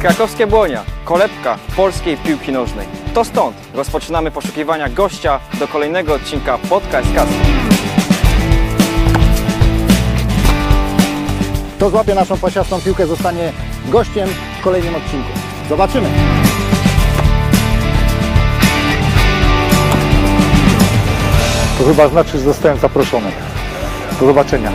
Krakowskie Błonia, kolebka polskiej piłki nożnej. To stąd rozpoczynamy poszukiwania gościa do kolejnego odcinka Podcast Castu. Kto złapie naszą pasiastą piłkę, zostanie gościem w kolejnym odcinku. Zobaczymy! To chyba znaczy, że zostałem zaproszony. Do zobaczenia.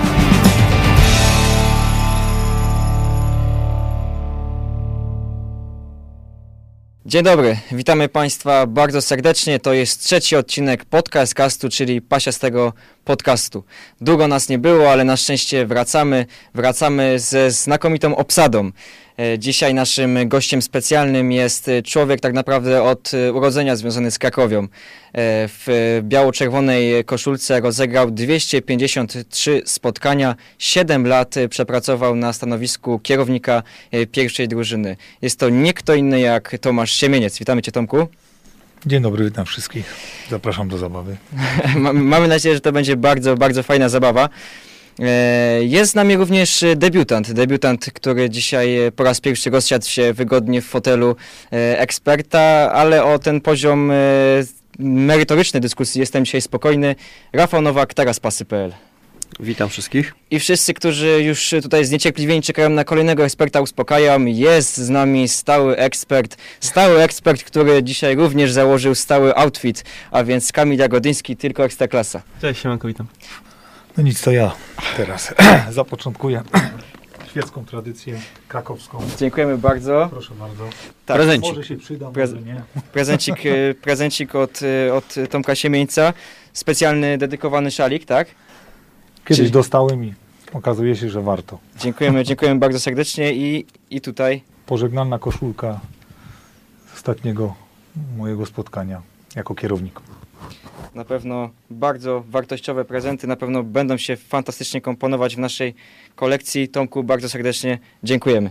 Dzień dobry, witamy Państwa bardzo serdecznie. To jest trzeci odcinek Podcast Castu, czyli pasiastego podcastu. Długo nas nie było, ale na szczęście wracamy ze znakomitą obsadą. Dzisiaj naszym gościem specjalnym jest człowiek tak naprawdę od urodzenia związany z Krakowią. W biało-czerwonej koszulce rozegrał 253 spotkania, 7 lat przepracował na stanowisku kierownika pierwszej drużyny. Jest to nie kto inny jak Tomasz Siemieniec. Witamy Cię, Tomku. Dzień dobry, witam wszystkich. Zapraszam do zabawy. Mamy nadzieję, że to będzie bardzo, bardzo fajna zabawa. Jest z nami również debiutant, który dzisiaj po raz pierwszy rozsiadł się wygodnie w fotelu eksperta, ale o ten poziom merytorycznej dyskusji jestem dzisiaj spokojny. Rafał Nowak, taraspasy.pl. Witam wszystkich. I wszyscy, którzy już tutaj zniecierpliwieni czekają na kolejnego eksperta, uspokajam. Jest z nami stały ekspert, który dzisiaj również założył stały outfit, a więc Kamil Jagodyński, tylko Ekstraklasa. Cześć, siemanko, witam. No nic, to ja teraz zapoczątkuję świecką tradycję krakowską. Dziękujemy bardzo. Proszę bardzo. Tak, prezencik. Może się przyda, może nie. Prezencik od Tomka Siemieńca. Specjalny, dedykowany szalik, tak? Kiedyś dostałem i okazuje się, że warto. Dziękujemy bardzo serdecznie i tutaj. Pożegnalna koszulka z ostatniego mojego spotkania jako kierownik. Na pewno bardzo wartościowe prezenty, na pewno będą się fantastycznie komponować w naszej kolekcji. Tomku, bardzo serdecznie dziękujemy.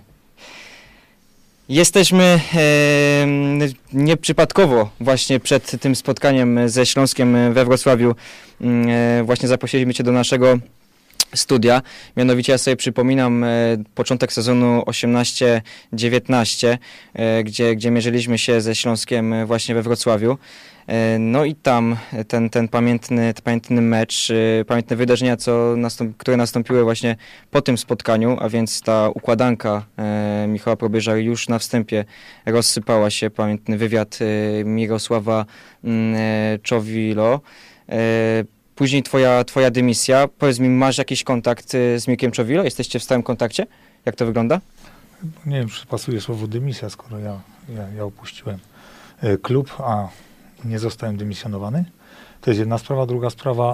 Jesteśmy nieprzypadkowo właśnie przed tym spotkaniem ze Śląskiem we Wrocławiu. Właśnie zaprosiliśmy Cię do naszego studia. Mianowicie ja sobie przypominam początek sezonu 18-19, gdzie mierzyliśmy się ze Śląskiem właśnie we Wrocławiu. No i tam ten pamiętny mecz, pamiętne wydarzenia, które nastąpiły właśnie po tym spotkaniu, a więc ta układanka Michała Probierza już na wstępie rozsypała się, pamiętny wywiad Mirosława Czowilo. Później twoja dymisja. Powiedz mi, masz jakiś kontakt z Mirkiem Czowilo? Jesteście w stałym kontakcie? Jak to wygląda? Nie wiem, czy pasuje słowo dymisja, skoro ja opuściłem klub, a nie zostałem dymisjonowany. To jest jedna sprawa. Druga sprawa,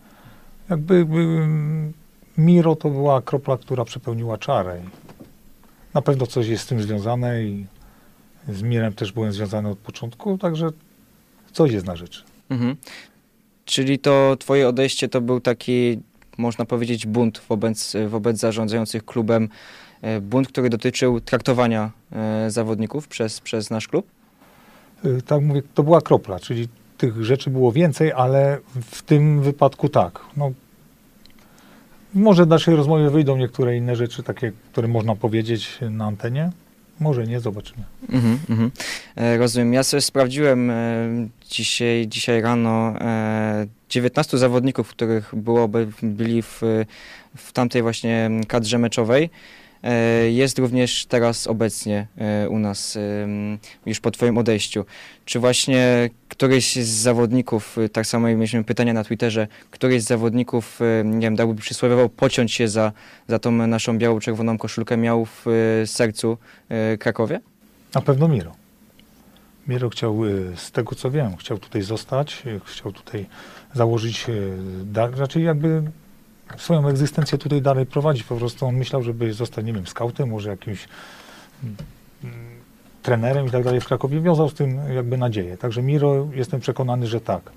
Miro to była kropla, która przepełniła czarę. Na pewno coś jest z tym związane i z Mirem też byłem związany od początku, także coś jest na rzeczy. Mhm. Czyli to twoje odejście to był taki, można powiedzieć, bunt wobec zarządzających klubem. Bunt, który dotyczył traktowania zawodników przez nasz klub? Tak mówię, to była kropla, czyli tych rzeczy było więcej, ale w tym wypadku tak. No, może w naszej rozmowie wyjdą niektóre inne rzeczy, takie, które można powiedzieć na antenie. Może nie, zobaczymy. Rozumiem. Ja sobie sprawdziłem dzisiaj rano 19 zawodników, których byli w tamtej właśnie kadrze meczowej. Jest również teraz obecnie u nas, już po Twoim odejściu. Czy właśnie któryś z zawodników, tak samo jak mieliśmy pytania na Twitterze, któryś z zawodników, nie wiem, dałby przysłowiowo pociąć się za tą naszą biało-czerwoną koszulkę, miał w sercu Krakowie? Na pewno Miro. Miro chciał, z tego co wiem, chciał tutaj zostać, chciał tutaj założyć, raczej jakby swoją egzystencję tutaj dalej prowadzić. Po prostu on myślał, żeby zostać, nie wiem, skautem, może jakimś trenerem i tak dalej w Krakowie. Wiązał z tym jakby nadzieję. Także Miro, jestem przekonany, że tak.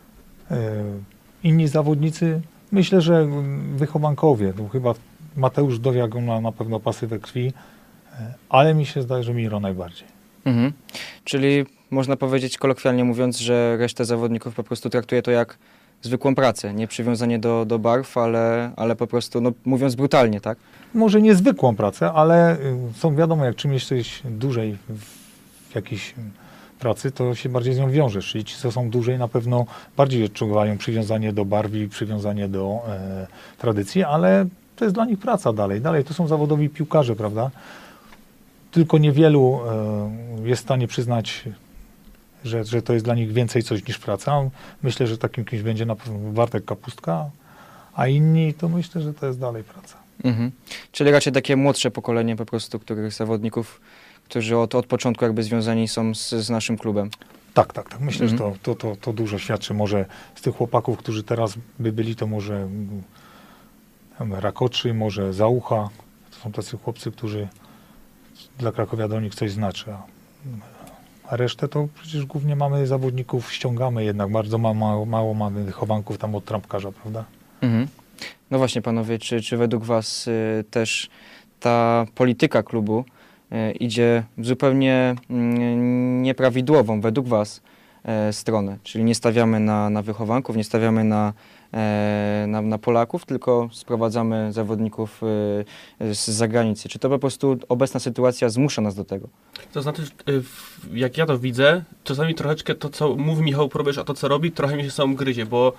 Inni zawodnicy, myślę, że wychowankowie. To chyba Mateusz Dowiak ma na pewno pasy we krwi, ale mi się zdaje, że Miro najbardziej. Czyli można powiedzieć kolokwialnie mówiąc, że resztę zawodników po prostu traktuje to jak zwykłą pracę, nie przywiązanie do barw, ale po prostu, no, mówiąc brutalnie, tak? Może niezwykłą pracę, ale są wiadomo, jak czym jesteś dłużej w jakiejś pracy, to się bardziej z nią wiążesz. Czyli ci, co są dłużej, na pewno bardziej odczuwają przywiązanie do barwi, przywiązanie do tradycji, ale to jest dla nich praca dalej. Dalej to są zawodowi piłkarze, prawda? Tylko niewielu jest w stanie przyznać, że to jest dla nich więcej coś niż praca. Myślę, że takim kimś będzie na pewno Bartek Kapustka, a inni to myślę, że to jest dalej praca. Mhm. Czyli raczej takie młodsze pokolenie po prostu, których zawodników, którzy od początku jakby związani są z naszym klubem. Tak. Myślę, że to dużo świadczy. Może z tych chłopaków, którzy teraz by byli, to może Rakoczy, może Załucha. To są tacy chłopcy, którzy dla Krakowiadonik coś znaczy. A resztę to przecież głównie mamy zawodników, ściągamy jednak. Bardzo mało mamy wychowanków tam od trampkarza, prawda? Mhm. No właśnie, panowie, czy według was też ta polityka klubu idzie w zupełnie nieprawidłową według was stronę? Czyli nie stawiamy na wychowanków, nie stawiamy na Polaków, tylko sprowadzamy zawodników z zagranicy. Czy to po prostu obecna sytuacja zmusza nas do tego? To znaczy, jak ja to widzę, czasami troszeczkę to, co mówi Michał Probierz, a to, co robi, trochę mi się sam gryzie, bo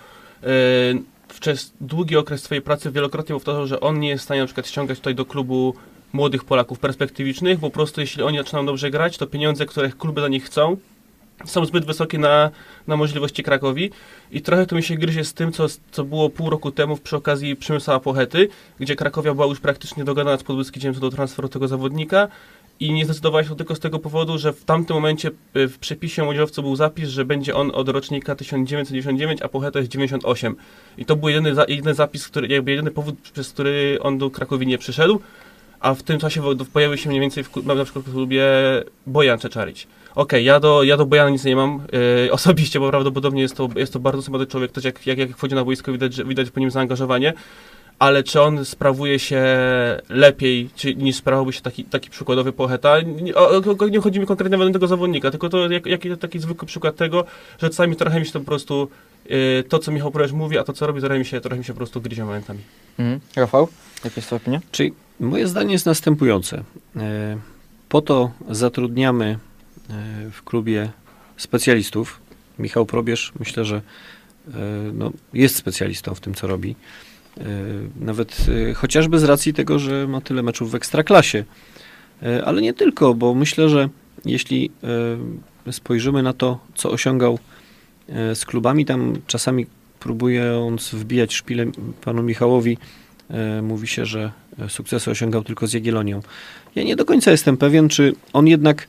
przez długi okres swojej pracy wielokrotnie powtarzał, że on nie jest w stanie na przykład ściągać tutaj do klubu młodych Polaków perspektywicznych, bo po prostu jeśli oni zaczynają dobrze grać, to pieniądze, które kluby dla nich chcą, są zbyt wysokie na możliwości Krakowi i trochę to mi się gryzie z tym, co było pół roku temu przy okazji Przemysła Pochety, gdzie Krakowia była już praktycznie dogadana z Podbeskidziem co do transferu tego zawodnika i nie zdecydowała się tylko z tego powodu, że w tamtym momencie w przepisie młodzieżowcu był zapis, że będzie on od rocznika 1999, a Pocheta jest 98. I to był jedyny zapis, jedyny powód, przez który on do Krakowi nie przyszedł, a w tym czasie pojawił się mniej więcej na przykład w klubie Bojan Czeczarić. Okej, ja do Bojana nic nie mam osobiście, bo prawdopodobnie jest to bardzo sympatyczny człowiek, też jak wchodzi na boisko, widać po nim zaangażowanie, ale czy on sprawuje się lepiej, niż sprawowałby się taki przykładowy Pocheta? Nie chodzi mi konkretnie o tego zawodnika, tylko to taki zwykły przykład tego, że czasami trochę mi się to po prostu to, co Michał Probierz mówi, a to, co robi, trochę mi się po prostu gryzie momentami. Rafał, jaka jest twoja opinia? Czyli moje zdanie jest następujące. Po to zatrudniamy w klubie specjalistów. Michał Probierz, myślę, że jest specjalistą w tym, co robi. Nawet chociażby z racji tego, że ma tyle meczów w Ekstraklasie. Ale nie tylko, bo myślę, że jeśli spojrzymy na to, co osiągał z klubami, tam czasami próbując wbijać szpilę panu Michałowi, mówi się, że sukcesy osiągał tylko z Jagiellonią. Ja nie do końca jestem pewien, czy on jednak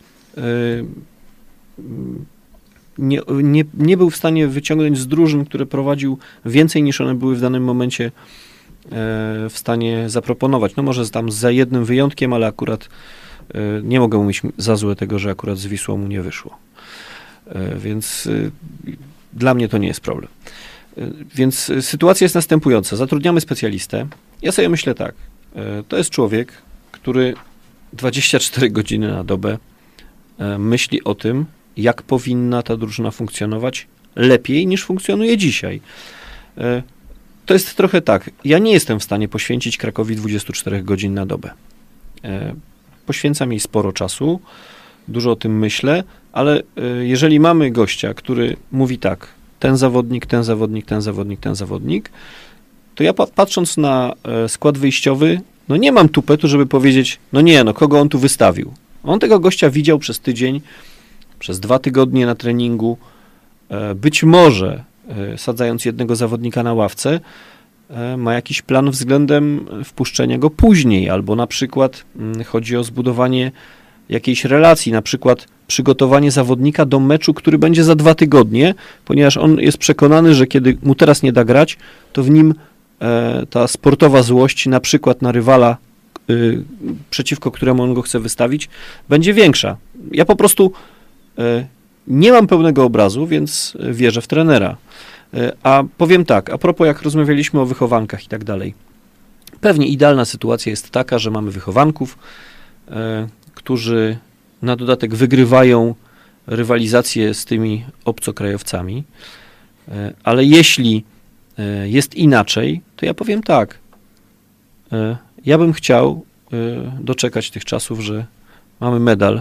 nie był w stanie wyciągnąć z drużyn, które prowadził, więcej niż one były w danym momencie w stanie zaproponować. No może tam za jednym wyjątkiem, ale akurat nie mogę mu mieć za złe tego, że akurat z Wisłą mu nie wyszło. Więc dla mnie to nie jest problem. Więc sytuacja jest następująca. Zatrudniamy specjalistę. Ja sobie myślę tak. To jest człowiek, który 24 godziny na dobę myśli o tym, jak powinna ta drużyna funkcjonować lepiej niż funkcjonuje dzisiaj. To jest trochę tak. Ja nie jestem w stanie poświęcić Krakowi 24 godzin na dobę. Poświęcam jej sporo czasu, dużo o tym myślę, ale jeżeli mamy gościa, który mówi tak, ten zawodnik, ten zawodnik, ten zawodnik, ten zawodnik, to ja patrząc na skład wyjściowy, no nie mam tupetu, żeby powiedzieć, kogo on tu wystawił. On tego gościa widział przez tydzień, przez 2 tygodnie na treningu. Być może, sadzając jednego zawodnika na ławce, ma jakiś plan względem wpuszczenia go później, albo na przykład chodzi o zbudowanie jakiejś relacji, na przykład przygotowanie zawodnika do meczu, który będzie za 2 tygodnie, ponieważ on jest przekonany, że kiedy mu teraz nie da grać, to w nim ta sportowa złość, na przykład na rywala, przeciwko któremu on go chce wystawić, będzie większa. Ja po prostu nie mam pełnego obrazu, więc wierzę w trenera. A powiem tak, a propos jak rozmawialiśmy o wychowankach i tak dalej. Pewnie idealna sytuacja jest taka, że mamy wychowanków, którzy na dodatek wygrywają rywalizację z tymi obcokrajowcami, ale jeśli jest inaczej, to ja powiem tak. Ja bym chciał doczekać tych czasów, że mamy medal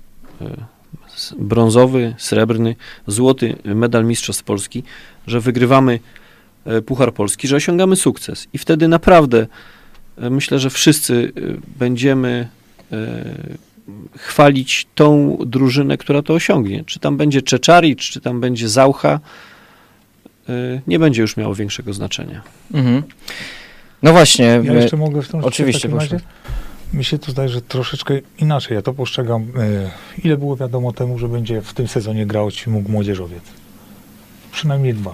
brązowy, srebrny, złoty medal Mistrzostw Polski, że wygrywamy Puchar Polski, że osiągamy sukces. I wtedy naprawdę myślę, że wszyscy będziemy chwalić tą drużynę, która to osiągnie. Czy tam będzie Czeczaric, czy tam będzie Zaucha, nie będzie już miało większego znaczenia. Mhm. No właśnie. Ja jeszcze mogę wtrącić. Oczywiście, proszę. Mi się tu zdaje, że troszeczkę inaczej. Ja to postrzegam. Ile było wiadomo temu, że będzie w tym sezonie grał ci mógł młodzieżowiec? Przynajmniej 2.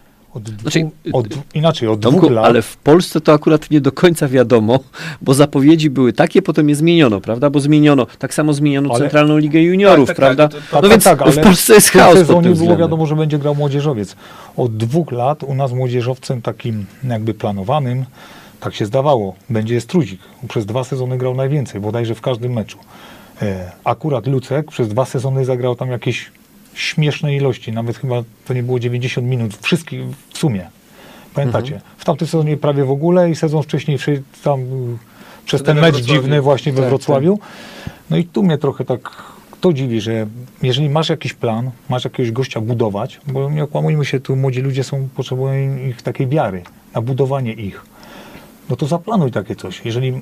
Od Tomku, 2 lat. ale w Polsce to akurat nie do końca wiadomo, bo zapowiedzi były takie, potem je zmieniono, prawda? Bo zmieniono, tak samo zmieniono Centralną Ligę Juniorów, tak, prawda? tak, No więc ale w Polsce jest w tym chaos pod sezonie tym było względem. wiadomo, że będzie grał młodzieżowiec. Od 2 lat u nas młodzieżowcem takim jakby planowanym, tak się zdawało, będzie Struzik. Przez 2 sezony grał najwięcej, bodajże w każdym meczu. Akurat Lucek przez 2 sezony zagrał tam jakieś śmieszne ilości, nawet chyba to nie było 90 minut, wszystkich w sumie. Pamiętacie? W tamtym sezonie prawie w ogóle i sezon wcześniej tam przez ten mecz dziwny właśnie we Wrocławiu. No i tu mnie trochę tak to dziwi, że jeżeli masz jakiś plan, masz jakiegoś gościa budować, bo nie okłamujmy się, tu młodzi ludzie potrzebują ich takiej wiary, na budowanie ich, no to zaplanuj takie coś. Jeżeli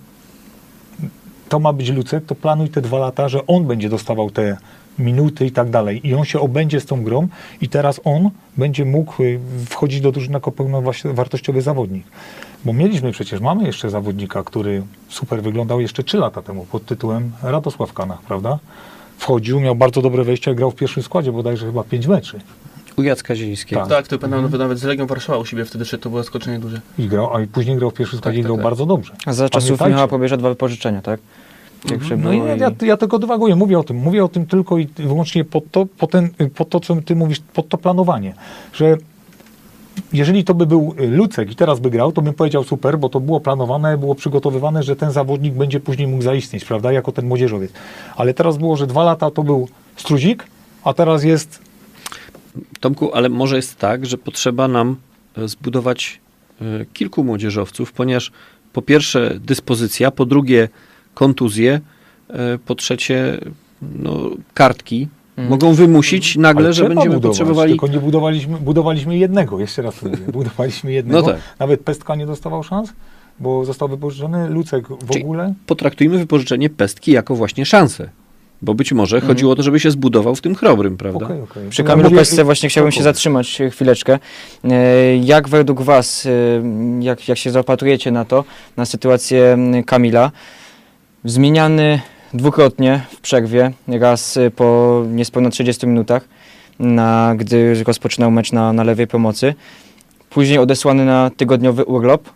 to ma być Lucek, to planuj te 2 lata, że on będzie dostawał te minuty i tak dalej. I on się obędzie z tą grą i teraz on będzie mógł wchodzić do drużyny jako pełnowartościowy zawodnik. Bo mamy jeszcze zawodnika, który super wyglądał jeszcze 3 lata temu pod tytułem Radosław Kanach, prawda? Wchodził, miał bardzo dobre wejście, grał w pierwszym składzie, bodajże chyba 5 meczy. U Jacka Zielińskiego. Tak, to pamiętam nawet z Legią Warszawa u siebie wtedy szedł, to było zaskoczenie duże. I grał, a później grał w pierwszym składzie i grał bardzo dobrze. A za czasów Pamiętajcie. Michała Pobierza 2 wypożyczenia, tak? No i ja tylko dywaguję, mówię o tym tylko i wyłącznie pod to, co ty mówisz, pod to planowanie, że jeżeli to by był Lucek i teraz by grał, to bym powiedział super, bo to było planowane, było przygotowywane, że ten zawodnik będzie później mógł zaistnieć, prawda, jako ten młodzieżowiec. Ale teraz było, że 2 lata to był Struzik, a teraz jest... Tomku, ale może jest tak, że potrzeba nam zbudować kilku młodzieżowców, ponieważ po pierwsze dyspozycja, po drugie kontuzje, po trzecie kartki mogą wymusić nagle, Ale że będziemy budować, potrzebowali... Tylko nie budowaliśmy jednego, jeszcze raz mówię, budowaliśmy jednego. No tak. Nawet Pestka nie dostawał szans, bo został wypożyczony, Lucek w Czyli ogóle. Potraktujmy wypożyczenie Pestki jako właśnie szansę. Bo być może chodziło o to, żeby się zbudował w tym Chrobrym, prawda? Okay. Przy Kamilu Pestce właśnie chciałbym się zatrzymać chwileczkę. Jak według was, jak się zaopatrujecie na sytuację Kamila, zmieniany 2-krotnie w przerwie, raz po niespełna 30 minutach, gdy rozpoczynał mecz na lewej pomocy, później odesłany na tygodniowy urlop.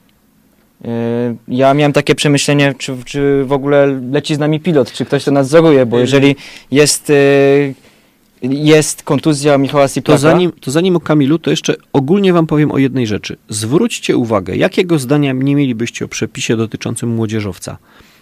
Ja miałem takie przemyślenie, czy w ogóle leci z nami pilot, czy ktoś to nadzoruje, bo jeżeli jest kontuzja Michała Siplaka... To zanim o Kamilu, to jeszcze ogólnie wam powiem o jednej rzeczy. Zwróćcie uwagę, jakiego zdania nie mielibyście o przepisie dotyczącym młodzieżowca.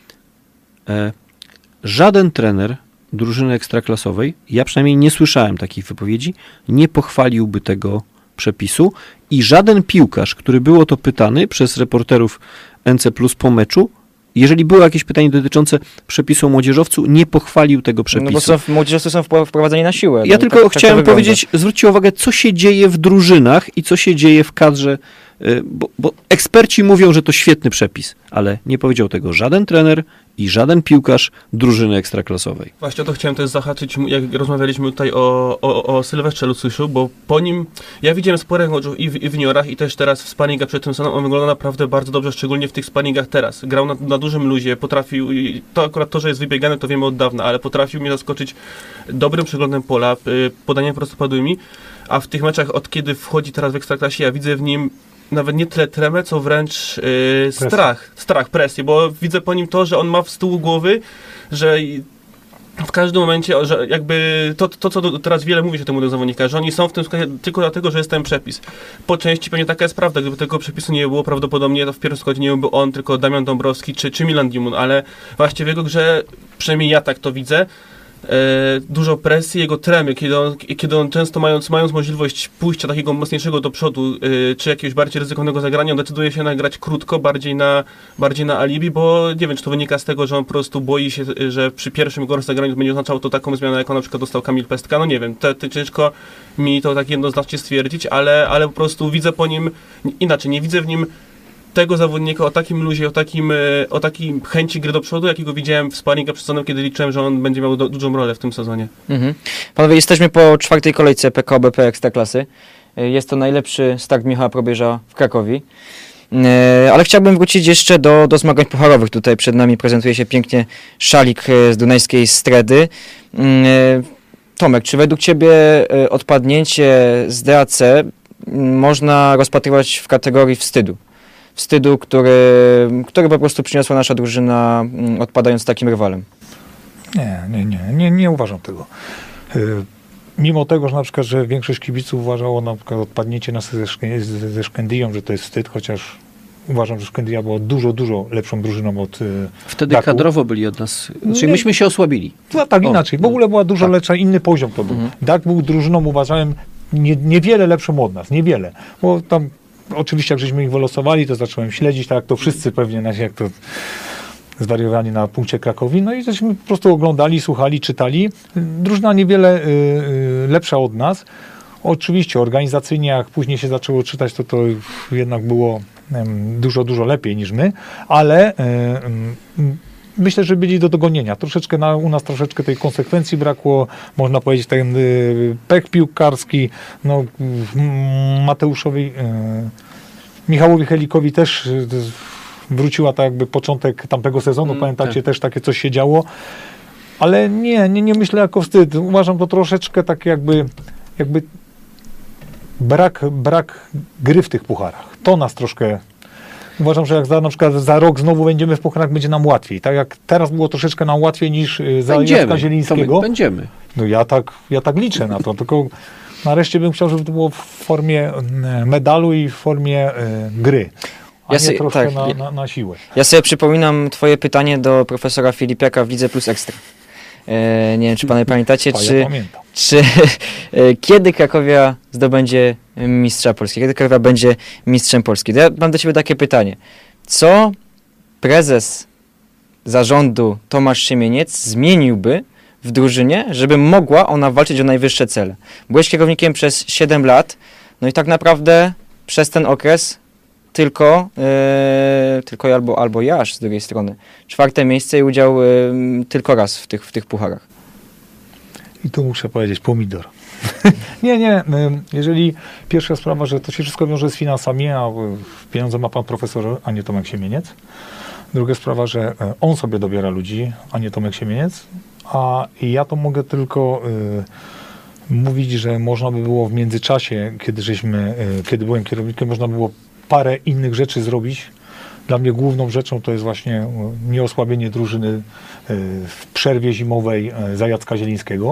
Żaden trener drużyny ekstraklasowej, ja przynajmniej nie słyszałem takich wypowiedzi, nie pochwaliłby tego przepisu i żaden piłkarz, który był o to pytany przez reporterów NC Plus po meczu, jeżeli było jakieś pytanie dotyczące przepisu o młodzieżowcu, nie pochwalił tego przepisu. No bo młodzieżowcy są wprowadzeni na siłę. Ja tylko chciałem powiedzieć, zwróćcie uwagę, co się dzieje w drużynach i co się dzieje w kadrze, bo eksperci mówią, że to świetny przepis, ale nie powiedział tego żaden trener i żaden piłkarz drużyny ekstraklasowej. Właśnie o to chciałem też zahaczyć, jak rozmawialiśmy tutaj o Sylwestrze Lucyszu, bo po nim, ja widziałem sporo meczów i w juniorach i też teraz w sparingach przed tym sezonem, on wygląda naprawdę bardzo dobrze, szczególnie w tych sparingach teraz. Grał na dużym luzie, potrafił, to akurat to, że jest wybiegany, to wiemy od dawna, ale potrafił mnie zaskoczyć dobrym przeglądem pola, podaniem prostopadłymi, a w tych meczach, od kiedy wchodzi teraz w Ekstraklasie, ja widzę w nim nawet nie tyle tremę, co wręcz strach, presję, bo widzę po nim to, że on ma z tyłu głowy, że w każdym momencie, że jakby to co teraz wiele mówi się temu do zawodnika, że oni są w tym składzie tylko dlatego, że jest ten przepis. Po części pewnie taka jest prawda, gdyby tego przepisu nie było, prawdopodobnie to w pierwszym składzie nie byłby on, tylko Damian Dąbrowski czy Milan Dimun, ale właśnie w jego grze, przynajmniej ja tak to widzę, dużo presji, jego tremy, kiedy on często mając możliwość pójścia takiego mocniejszego do przodu, czy jakiegoś bardziej ryzykownego zagrania, on decyduje się nagrać krótko, bardziej na alibi, bo nie wiem, czy to wynika z tego, że on po prostu boi się, że przy pierwszym jego zagraniu będzie oznaczało to taką zmianę, jaką na przykład dostał Kamil Pestka, no nie wiem, ciężko mi to tak jednoznacznie stwierdzić, ale po prostu widzę po nim, inaczej, nie widzę w nim tego zawodnika o takim luzie, o takim chęci gry do przodu, jakiego widziałem w sparingach przed sezonem, kiedy liczyłem, że on będzie miał dużą rolę w tym sezonie. Panowie, jesteśmy po 4. kolejce PKO BP Ekstraklasy. Jest to najlepszy start Michała Probierza w Krakowie. Ale chciałbym wrócić jeszcze do zmagań pucharowych. Tutaj przed nami prezentuje się pięknie szalik z dunajskiej Stredy. Tomek, czy według Ciebie odpadnięcie z DAC można rozpatrywać w kategorii wstydu? Wstydu, który po prostu przyniosła nasza drużyna, odpadając z takim rywalem. Nie uważam tego. Mimo tego, że na przykład, że większość kibiców uważało na przykład odpadnięcie nas ze Szkędyją, że to jest wstyd, chociaż uważam, że Szkędyja była dużo lepszą drużyną od Wtedy Daku. kadrowo byli od nas, czyli myśmy się osłabili. No, tak inaczej, w ogóle była dużo lepsza, inny poziom to był. Dak był drużyną, uważałem, niewiele lepszą od nas, niewiele, bo tam oczywiście jak żeśmy ich wylosowali, to zacząłem śledzić, tak jak to wszyscy pewnie, jak to zwariowani na punkcie Krakowi, no i żeśmy po prostu oglądali, słuchali, czytali. Drużyna niewiele lepsza od nas. Oczywiście organizacyjnie, jak później się zaczęło czytać, to jednak było dużo lepiej niż my, ale myślę, że byli do dogonienia. Troszeczkę u nas troszeczkę tej konsekwencji brakło, można powiedzieć, ten pech piłkarski, no, Mateuszowi, Michałowi Helikowi też wróciła tak jakby początek tamtego sezonu, pamiętacie, tak. Też takie coś się działo, ale nie myślę jako wstyd. Uważam to troszeczkę tak jakby brak gry w tych pucharach. To nas troszkę... Uważam, że jak na przykład za rok znowu będziemy w pucharach, będzie nam łatwiej. Tak jak teraz było troszeczkę nam łatwiej niż za Jacka Zielińskiego. Będziemy. No ja tak liczę na to, tylko nareszcie bym chciał, żeby to było w formie medalu i w formie gry, a nie troszkę na siłę. Ja sobie przypominam twoje pytanie do profesora Filipiaka w Lidze Plus Ekstra. Nie wiem, czy panowie pamiętacie, czy kiedy Krakowia zdobędzie mistrza Polski, kiedy Krakowia będzie mistrzem Polski. Ja mam do ciebie takie pytanie. Co prezes zarządu Tomasz Siemieniec zmieniłby w drużynie, żeby mogła ona walczyć o najwyższe cele? Byłeś kierownikiem przez 7 lat, no i tak naprawdę przez ten okres tylko albo Jasz z drugiej strony. 4. miejsce i udział tylko raz w tych pucharach. I tu muszę powiedzieć pomidor. Nie. Jeżeli pierwsza sprawa, że to się wszystko wiąże z finansami, a pieniądze ma pan profesor, a nie Tomek Siemieniec. Druga sprawa, że on sobie dobiera ludzi, a nie Tomek Siemieniec. A ja to mogę tylko mówić, że można by było w międzyczasie, kiedy byłem kierownikiem, można było parę innych rzeczy zrobić. Dla mnie główną rzeczą to jest właśnie nieosłabienie drużyny w przerwie zimowej za Jacka Zielińskiego.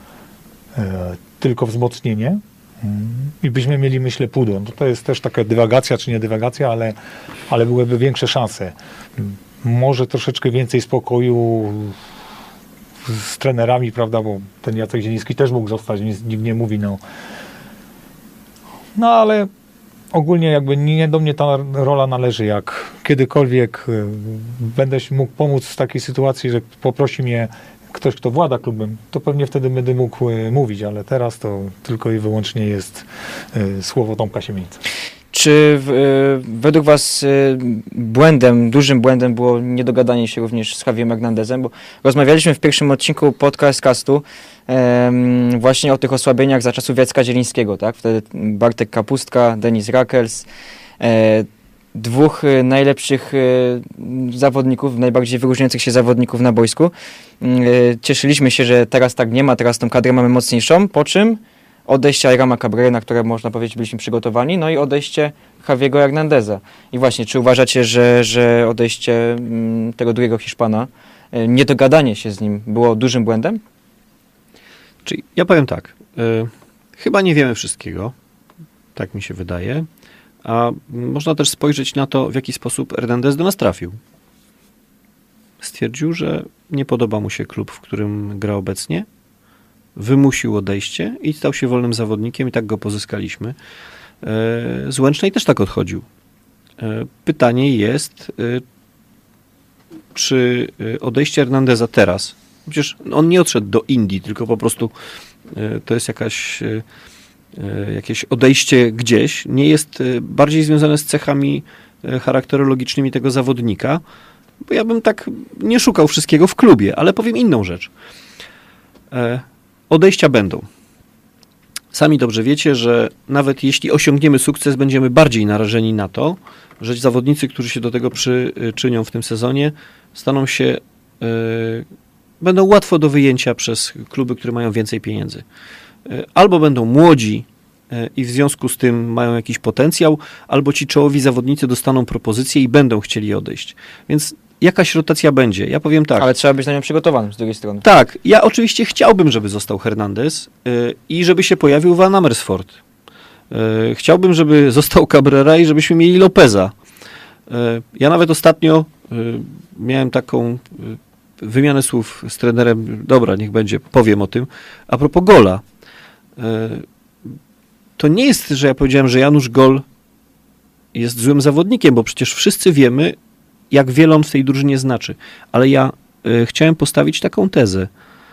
Tylko wzmocnienie. I byśmy mieli, myślę, pudło. No to jest też taka dywagacja, czy nie dywagacja, ale byłyby większe szanse. Może troszeczkę więcej spokoju z trenerami, prawda, bo ten Jacek Zieliński też mógł zostać, nikt nie mówi, no ale ogólnie jakby nie do mnie ta rola należy. Jak kiedykolwiek będę mógł pomóc w takiej sytuacji, że poprosi mnie ktoś, kto włada klubem, to pewnie wtedy będę mógł mówić, ale teraz to tylko i wyłącznie jest słowo Tomka Siemieńca. Czy według was dużym błędem było niedogadanie się również z Javierem Hernandezem? Bo rozmawialiśmy w pierwszym odcinku podcastu właśnie o tych osłabieniach za czasów Jacka Zielińskiego, tak? Wtedy Bartek Kapustka, Denis Rakels, 2 najlepszych zawodników, najbardziej wyróżniających się zawodników na boisku. Cieszyliśmy się, że teraz tak nie ma, teraz tą kadrę mamy mocniejszą, po czym odejście Ayrama Cabrera, na które można powiedzieć byliśmy przygotowani, no i odejście Javiego Hernandeza. I właśnie, czy uważacie, że odejście tego drugiego Hiszpana, niedogadanie się z nim było dużym błędem? Czyli ja powiem tak, chyba nie wiemy wszystkiego, tak mi się wydaje, a można też spojrzeć na to, w jaki sposób Hernandez do nas trafił. stwierdził, że nie podoba mu się klub, w którym gra obecnie, wymusił odejście i stał się wolnym zawodnikiem i tak go pozyskaliśmy. Z Łęcznej też tak odchodził. Pytanie jest, czy odejście Hernandeza teraz, przecież on nie odszedł do Indii, tylko po prostu to jest jakieś odejście gdzieś, nie jest bardziej związane z cechami charakterologicznymi tego zawodnika, bo ja bym tak nie szukał wszystkiego w klubie, ale powiem inną rzecz. Odejścia będą. Sami dobrze wiecie, że nawet jeśli osiągniemy sukces, będziemy bardziej narażeni na to, że zawodnicy, którzy się do tego przyczynią w tym sezonie, staną się, będą łatwo do wyjęcia przez kluby, które mają więcej pieniędzy. Albo będą młodzi i w związku z tym mają jakiś potencjał, albo ci czołowi zawodnicy dostaną propozycję i będą chcieli odejść. Więc jakaś rotacja będzie. Ja powiem tak. Ale trzeba być na nią przygotowanym z drugiej strony. Tak, ja oczywiście chciałbym, żeby został Hernandez i żeby się pojawił Van Amersfoort. Chciałbym, żeby został Cabrera i żebyśmy mieli Lopeza. Ja nawet ostatnio miałem taką wymianę słów z trenerem, dobra, niech będzie, powiem o tym, a propos Gola. To nie jest, że ja powiedziałem, że Janusz Gol jest złym zawodnikiem, bo przecież wszyscy wiemy, jak wiele on w tej drużynie znaczy. Ale ja chciałem postawić taką tezę.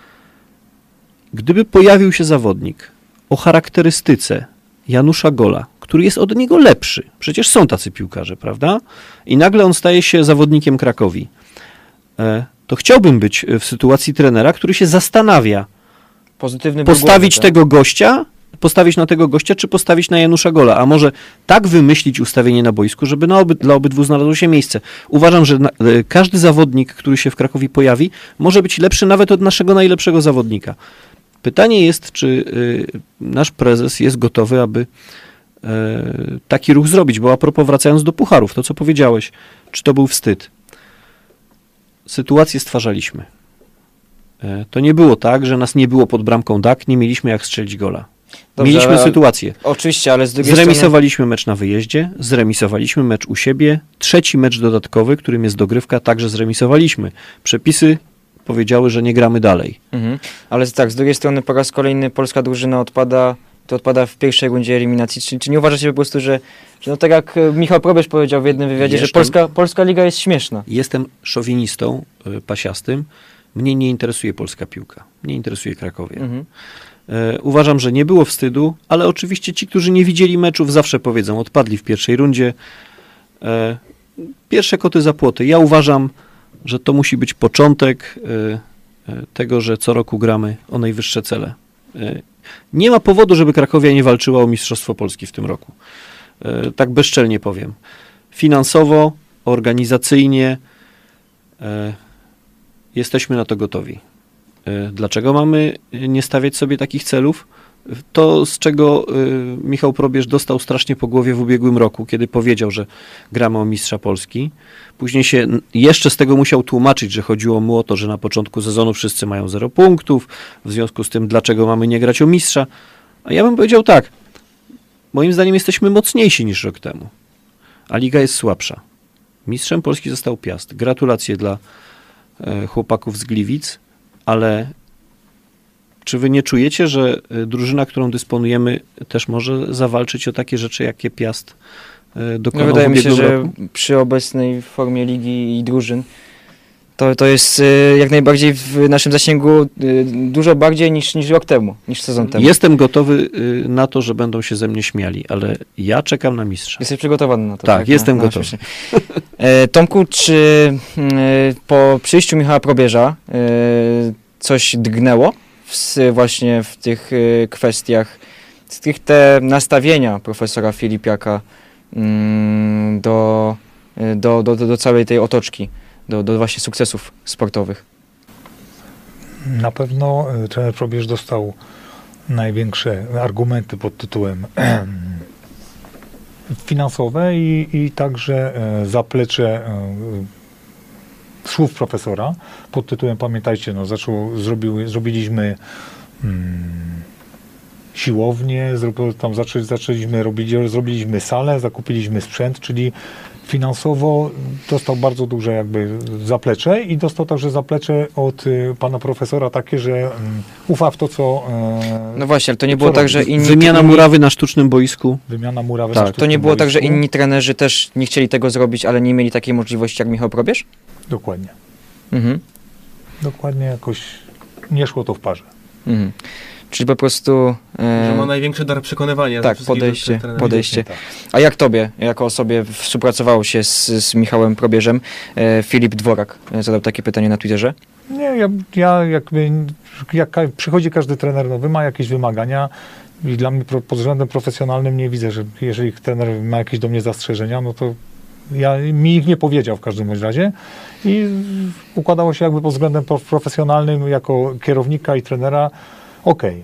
Gdyby pojawił się zawodnik o charakterystyce Janusza Gola, który jest od niego lepszy, przecież są tacy piłkarze, prawda? I nagle on staje się zawodnikiem Krakowi. To chciałbym być w sytuacji trenera, który się zastanawia, Pozytywny postawić głowy, tego gościa, postawić na tego gościa, czy postawić na Janusza Gola, a może tak wymyślić ustawienie na boisku, żeby dla obydwu znalazło się miejsce. Uważam, że każdy zawodnik, który się w Krakowie pojawi, może być lepszy nawet od naszego najlepszego zawodnika. Pytanie jest, czy nasz prezes jest gotowy, aby taki ruch zrobić, bo a propos, wracając do pucharów, to co powiedziałeś, czy to był wstyd? Sytuację stwarzaliśmy. To nie było tak, że nas nie było pod bramką DAK, nie mieliśmy jak strzelić gola. Dobrze, Mieliśmy sytuację. Oczywiście, ale z drugiej strony... Zremisowaliśmy mecz na wyjeździe, zremisowaliśmy mecz u siebie, trzeci mecz dodatkowy, którym jest dogrywka, także zremisowaliśmy. Przepisy powiedziały, że nie gramy dalej. Ale tak, z drugiej strony po raz kolejny polska drużyna odpada w pierwszej rundzie eliminacji. Czy nie uważacie po prostu, że no tak jak Michał Probierz powiedział w jednym wywiadzie, że polska liga jest śmieszna? Jestem szowinistą pasiastym. Mnie nie interesuje polska piłka. Mnie interesuje Krakowie. Uważam, że nie było wstydu, ale oczywiście ci, którzy nie widzieli meczów, zawsze powiedzą, odpadli w pierwszej rundzie. Pierwsze koty za płoty. Ja uważam, że to musi być początek tego, że co roku gramy o najwyższe cele. Nie ma powodu, żeby Krakowia nie walczyła o Mistrzostwo Polski w tym roku. Tak bezczelnie powiem. Finansowo, organizacyjnie jesteśmy na to gotowi. Dlaczego mamy nie stawiać sobie takich celów? To, z czego Michał Probierz dostał strasznie po głowie w ubiegłym roku, kiedy powiedział, że gramy o Mistrza Polski. Później się jeszcze z tego musiał tłumaczyć, że chodziło mu o to, że na początku sezonu wszyscy mają 0 punktów, w związku z tym dlaczego mamy nie grać o Mistrza. A ja bym powiedział tak, moim zdaniem jesteśmy mocniejsi niż rok temu, a liga jest słabsza. Mistrzem Polski został Piast. Gratulacje dla chłopaków z Gliwic, ale czy wy nie czujecie, że drużyna, którą dysponujemy, też może zawalczyć o takie rzeczy, jakie Piast dokonał wydaje mi się, roku? że przy obecnej formie ligi i drużyn to jest jak najbardziej w naszym zasięgu dużo bardziej niż rok temu, niż sezon temu. Jestem gotowy na to, że będą się ze mnie śmiali, ale ja czekam na mistrza. Jesteś przygotowany na to? Tak, jestem gotowy. Tomku, czy po przyjściu Michała Probierza coś drgnęło właśnie w tych kwestiach stricte nastawienia profesora Filipiaka do całej tej otoczki, do właśnie sukcesów sportowych? Na pewno trener Probierz dostał największe argumenty pod tytułem finansowe i także zaplecze słów profesora pod tytułem, pamiętajcie, zrobiliśmy siłownię, zrobiliśmy salę, zakupiliśmy sprzęt, czyli finansowo dostał bardzo duże jakby zaplecze i dostał także zaplecze od pana profesora takie, że ufa w to, co... No właśnie, ale to nie było tak, że inni... Wymiana murawy na sztucznym boisku. Wymiana murawy na Tak, to sztucznym nie było tak, że boisku. inni trenerzy też nie chcieli tego zrobić, ale nie mieli takiej możliwości jak Michał Probierz? Dokładnie. Mhm. Dokładnie jakoś nie szło to w parze. Mhm. Czyli po prostu... Że ma największy dar przekonywania. tak, ze wszystkich podejście. Widocznie tak. A jak tobie, jako osobie, współpracowało się z Michałem Probierzem? Filip Dworak zadał takie pytanie na Twitterze. Nie, jak przychodzi każdy trener nowy, ma jakieś wymagania i dla mnie pod względem profesjonalnym nie widzę, że jeżeli trener ma jakieś do mnie zastrzeżenia, no to mi ich nie powiedział w każdym bądź razie i układało się jakby pod względem profesjonalnym jako kierownika i trenera okej.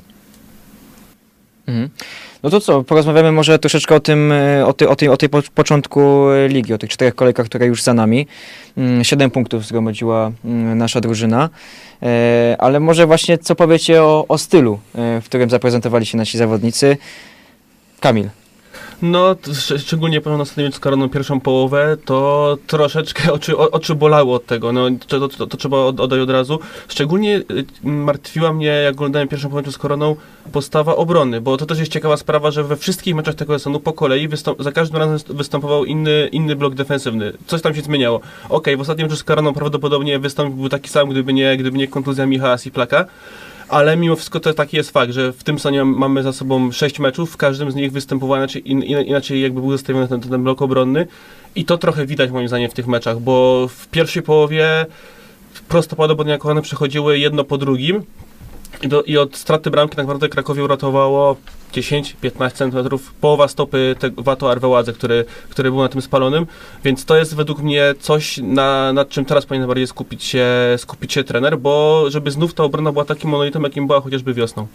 Mhm. No to co, porozmawiamy może troszeczkę o tym, o tej początku ligi, o tych 4 kolejkach, które już za nami. 7 punktów zgromadziła nasza drużyna, ale może właśnie co powiecie o stylu, w którym zaprezentowali się nasi zawodnicy. Kamil. No, szczególnie po ostatnim meczu z Koroną pierwszą połowę, to troszeczkę oczy bolały od tego, no to trzeba oddać od razu. Szczególnie martwiła mnie, jak oglądałem pierwszą połowę z Koroną, postawa obrony, bo to też jest ciekawa sprawa, że we wszystkich meczach tego sezonu po kolei za każdym razem występował inny blok defensywny. Coś tam się zmieniało. Okej, w ostatnim meczu z Koroną prawdopodobnie wystąpił taki sam, gdyby nie kontuzja Michała Siplaka. Ale mimo wszystko to taki jest fakt, że w tym sezonie mamy za sobą 6 meczów, w każdym z nich występował inaczej jakby był zestawiony ten blok obronny i to trochę widać moim zdaniem w tych meczach, bo w pierwszej połowie prostopadobnie jak one przechodziły jedno po drugim i od straty bramki tak naprawdę Krakowie uratowało 10-15 cm, połowa stopy Wato Arveładze, który był na tym spalonym, więc to jest według mnie coś, nad czym teraz powinien bardziej skupić się trener, bo żeby znów ta obrona była takim monolitem, jakim była chociażby wiosną.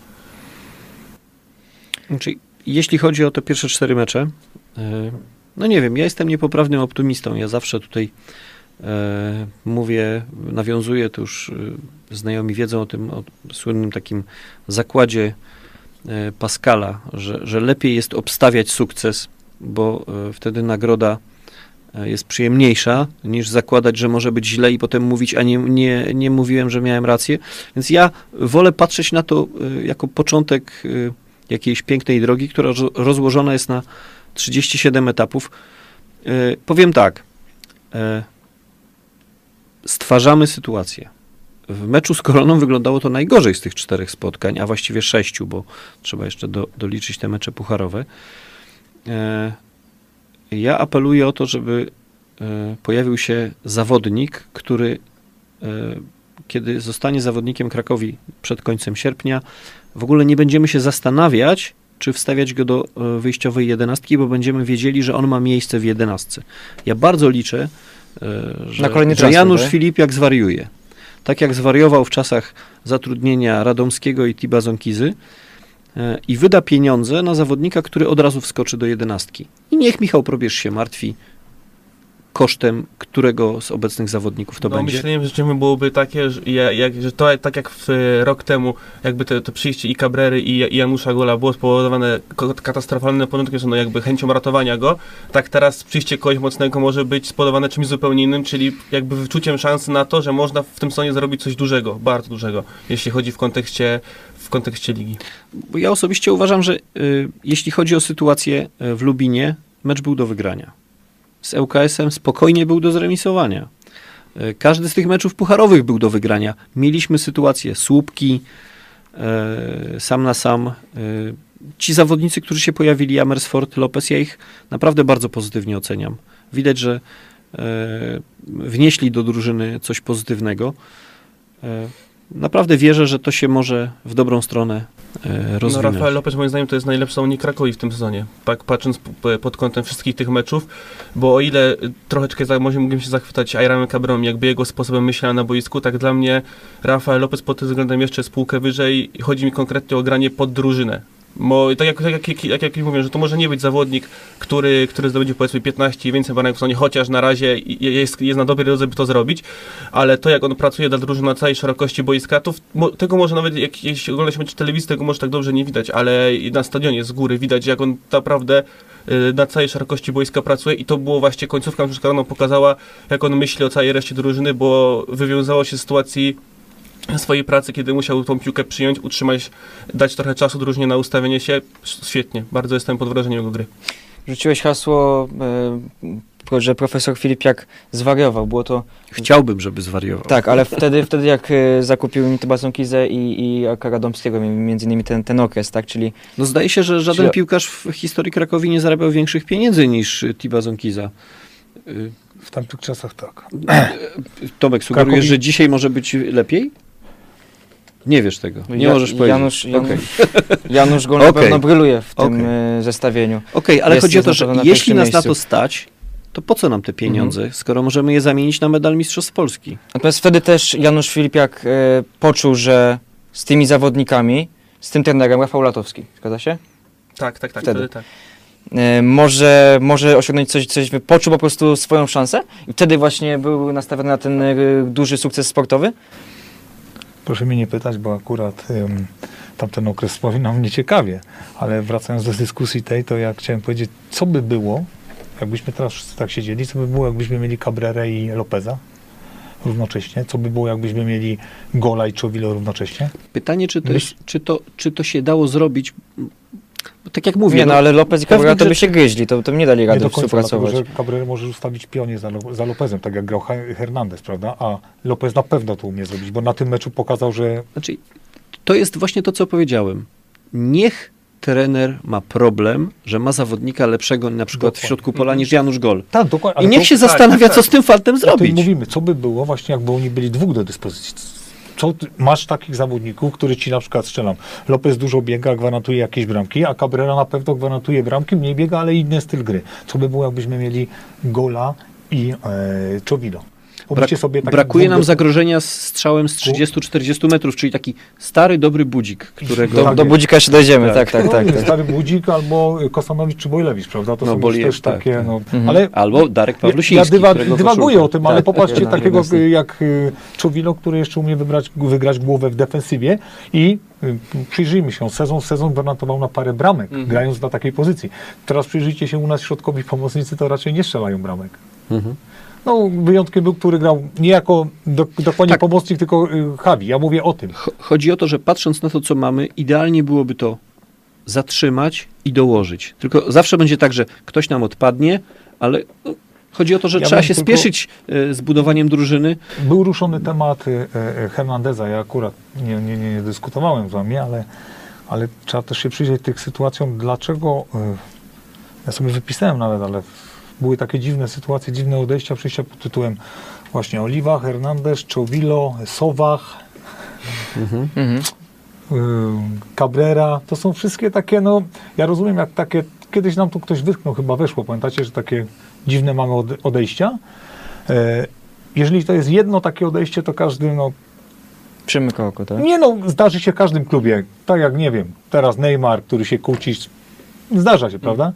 Znaczy, jeśli chodzi o te pierwsze 4 mecze, no nie wiem, ja jestem niepoprawnym optymistą, ja zawsze tutaj mówię, nawiązuję, to już znajomi wiedzą o tym, o słynnym takim zakładzie Pascala, że lepiej jest obstawiać sukces, bo wtedy nagroda jest przyjemniejsza, niż zakładać, że może być źle i potem mówić, a nie mówiłem, że miałem rację. Więc ja wolę patrzeć na to jako początek jakiejś pięknej drogi, która rozłożona jest na 37 etapów. Powiem tak, stwarzamy sytuację. W meczu z Koroną wyglądało to najgorzej z tych 4 spotkań, a właściwie 6, bo trzeba jeszcze doliczyć te mecze pucharowe. Ja apeluję o to, żeby pojawił się zawodnik, który kiedy zostanie zawodnikiem Krakowi przed końcem sierpnia, w ogóle nie będziemy się zastanawiać, czy wstawiać go do wyjściowej 11, bo będziemy wiedzieli, że on ma miejsce w 11. Ja bardzo liczę, że Janusz Filipiak zwariuje. Tak jak zwariował w czasach zatrudnienia Radomskiego i Tiba Zonkizy i wyda pieniądze na zawodnika, który od razu wskoczy do 11. I niech Michał Probierz się martwi kosztem którego z obecnych zawodników to będzie. Myśleniem życzeniem byłoby takie, że to tak jak rok temu, jakby to przyjście i Cabrery i Janusza Gola było spowodowane katastrofalnym początkiem, no jakby chęcią ratowania go, tak teraz przyjście kogoś mocnego może być spowodowane czymś zupełnie innym, czyli jakby wyczuciem szansy na to, że można w tym sezonie zrobić coś dużego, bardzo dużego, jeśli chodzi w kontekście ligi. Ja osobiście uważam, że jeśli chodzi o sytuację w Lubinie, mecz był do wygrania. Z ŁKS-em spokojnie był do zremisowania. Każdy z tych meczów pucharowych był do wygrania. Mieliśmy sytuację słupki, sam na sam. Ci zawodnicy, którzy się pojawili, Amersfoort, Lopez, ja ich naprawdę bardzo pozytywnie oceniam. Widać, że wnieśli do drużyny coś pozytywnego. Naprawdę wierzę, że to się może w dobrą stronę rozwinąć. No, Rafael Lopez moim zdaniem to jest najlepszy zawodnik Krakowi w tym sezonie, tak patrząc pod kątem wszystkich tych meczów, bo o ile troszeczkę mógłbym się zachwytać Ayramem Cabrą, jakby jego sposobem myślenia na boisku, tak dla mnie Rafael Lopez pod tym względem jeszcze jest półkę wyżej i chodzi mi konkretnie o granie pod drużynę. Bo tak jak mówię, że to może nie być zawodnik, który zdobędzie powiedzmy 15 i więcej bramek w sezonie, chociaż na razie jest na dobrej drodze, by to zrobić, ale to jak on pracuje dla drużyny na całej szerokości boiska, to tego może nawet, jeśli ogląda się mecz telewizji, tego może tak dobrze nie widać, ale na stadionie z góry widać, jak on naprawdę na całej szerokości boiska pracuje i to było właśnie końcówka meczu z Koroną pokazała, jak on myśli o całej reszcie drużyny, bo wywiązało się z sytuacji swojej pracy, kiedy musiał tą piłkę przyjąć, utrzymać, dać trochę czasu drużynie na ustawienie się. Świetnie, bardzo jestem pod wrażeniem jego gry. Rzuciłeś hasło, że profesor Filipiak zwariował. Było to... Chciałbym, żeby zwariował. Tak, ale wtedy jak zakupił Nitba Zonkizę i Radomskiego, między innymi ten okres, tak, czyli... No zdaje się, że żaden piłkarz w historii Krakowi nie zarabiał większych pieniędzy niż Tiba Zonkiza. W tamtych czasach tak. Tomek, sugerujesz, że dzisiaj może być lepiej? Nie wiesz tego, nie możesz powiedzieć. Janusz Gol na pewno bryluje w tym zestawieniu. Ale chodzi o to, że jeśli nas na to stać, to po co nam te pieniądze, skoro możemy je zamienić na medal Mistrzostw Polski? Natomiast wtedy też Janusz Filipiak poczuł, że z tymi zawodnikami, z tym trenerem, Rafał Latowski, zgadza się? Tak, wtedy tak. Może osiągnąć coś, poczuł po prostu swoją szansę i wtedy właśnie był nastawiony na ten duży sukces sportowy? Proszę mnie nie pytać, bo akurat tamten okres wspominam mnie ciekawie, ale wracając do dyskusji tej, to ja chciałem powiedzieć, co by było, jakbyśmy teraz wszyscy tak siedzieli, co by było, jakbyśmy mieli Cabrera i Lopeza równocześnie, co by było, jakbyśmy mieli Gola i Czowilo równocześnie? Pytanie, czy to się dało zrobić. Bo tak jak mówię... Nie, ale Lopez i Cabrera to by się gryźli, to nie dali rady współpracować. Dlatego, że Cabrera może ustawić pionie za Lopezem, tak jak grał Hernandez, prawda? A Lopez na pewno to umie zrobić, bo na tym meczu pokazał, że... Znaczy, to jest właśnie to, co powiedziałem. Niech trener ma problem, że ma zawodnika lepszego na przykład w środku pola niż Janusz Gol. Tak, dokładnie. I niech się zastanawia, co z tym fantem zrobić. Mówimy, co by było właśnie, jakby oni byli dwóch do dyspozycji. Masz takich zawodników, który ci na przykład strzelam. Lopez dużo biega, gwarantuje jakieś bramki, a Cabrera na pewno gwarantuje bramki, mniej biega, ale inny styl gry. Co by było, jakbyśmy mieli Gola i Czowilo? Brakuje nam zagrożenia strzałem z 30-40 metrów, czyli taki stary, dobry budzik, którego... Do budzika jeszcze dojdziemy, tak. Stary budzik albo Kostanowicz czy Bojlewicz, prawda? To są też takie... Ale albo Darek Pawlusiński. Ja dywaguję o tym, ale popatrzcie takiego jak Czowilo, który jeszcze umie wygrać głowę w defensywie i przyjrzyjmy się, sezon gwarantował na parę bramek, grając na takiej pozycji. Teraz przyjrzyjcie się, u nas środkowi pomocnicy to raczej nie strzelają bramek. No, wyjątkiem był, który grał nie jako dokładnie pomocnik, tylko Javi. Ja mówię o tym. Chodzi o to, że patrząc na to, co mamy, idealnie byłoby to zatrzymać i dołożyć. Tylko zawsze będzie tak, że ktoś nam odpadnie, ale chodzi o to, że trzeba się spieszyć z budowaniem drużyny. Był ruszony temat Hernandeza. Ja akurat nie dyskutowałem z wami, ale trzeba też się przyjrzeć tych sytuacjom. Dlaczego, ja sobie wypisałem nawet, ale były takie dziwne sytuacje, dziwne odejścia, przyjścia pod tytułem właśnie Oliwa, Hernandez, Czowilo, Sowach, Cabrera. To są wszystkie takie, no ja rozumiem, jak takie, kiedyś nam tu ktoś wytknął, chyba weszło, pamiętacie, że takie dziwne mamy odejścia. Jeżeli to jest jedno takie odejście, to każdy, przymyka oko, tak? Nie, zdarzy się w każdym klubie. Tak jak, nie wiem, teraz Neymar, który się kłóci, zdarza się, prawda?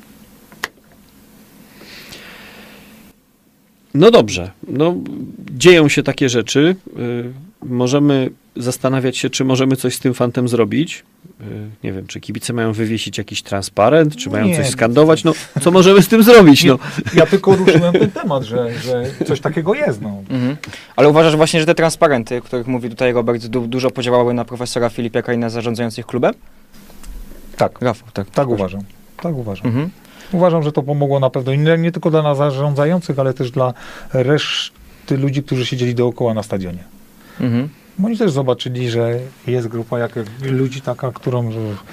No dobrze, dzieją się takie rzeczy. Możemy zastanawiać się, czy możemy coś z tym fantem zrobić. Nie wiem, czy kibice mają wywiesić jakiś transparent, czy mają coś skandować. Co możemy z tym zrobić? Ja tylko ruszyłem ten temat, że coś takiego jest. Ale uważasz właśnie, że te transparenty, o których mówi tutaj Robert, dużo podziałały na profesora Filipiaka i na zarządzających klubem? Tak. Rafał, tak uważam. Tak uważam. Uważam, że to pomogło na pewno nie tylko dla nas zarządzających, ale też dla reszty ludzi, którzy siedzieli dookoła na stadionie. Oni też zobaczyli, że jest grupa ludzi taka, którą...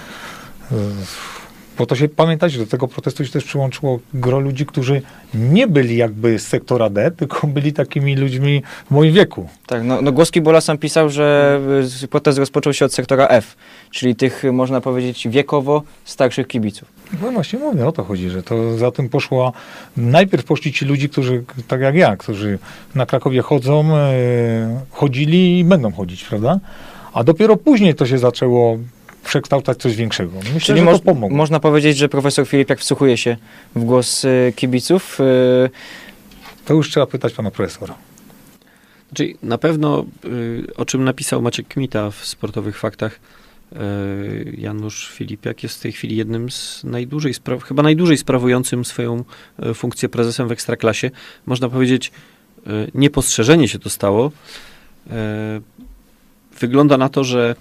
Bo to się, pamiętajcie, do tego protestu się też przyłączyło gro ludzi, którzy nie byli jakby z sektora D, tylko byli takimi ludźmi w moim wieku. Tak, Głos Kibola sam pisał, że protest rozpoczął się od sektora F, czyli tych, można powiedzieć, wiekowo starszych kibiców. No właśnie mówię, o to chodzi, że to za tym poszło, najpierw poszli ci ludzie, którzy, tak jak ja, którzy na Krakowie chodzili i będą chodzić, prawda? A dopiero później to się zaczęło przekształcać coś większego. Myślę, Czyli że to pomogło. można powiedzieć, że profesor Filipiak wsłuchuje się w głos kibiców. To już trzeba pytać pana profesora. Czyli na pewno, o czym napisał Maciek Kmita w Sportowych Faktach, Janusz Filipiak jest w tej chwili jednym z chyba najdłużej sprawującym swoją funkcję prezesem w Ekstraklasie. Można powiedzieć, niepostrzeżenie się to stało. Wygląda na to, że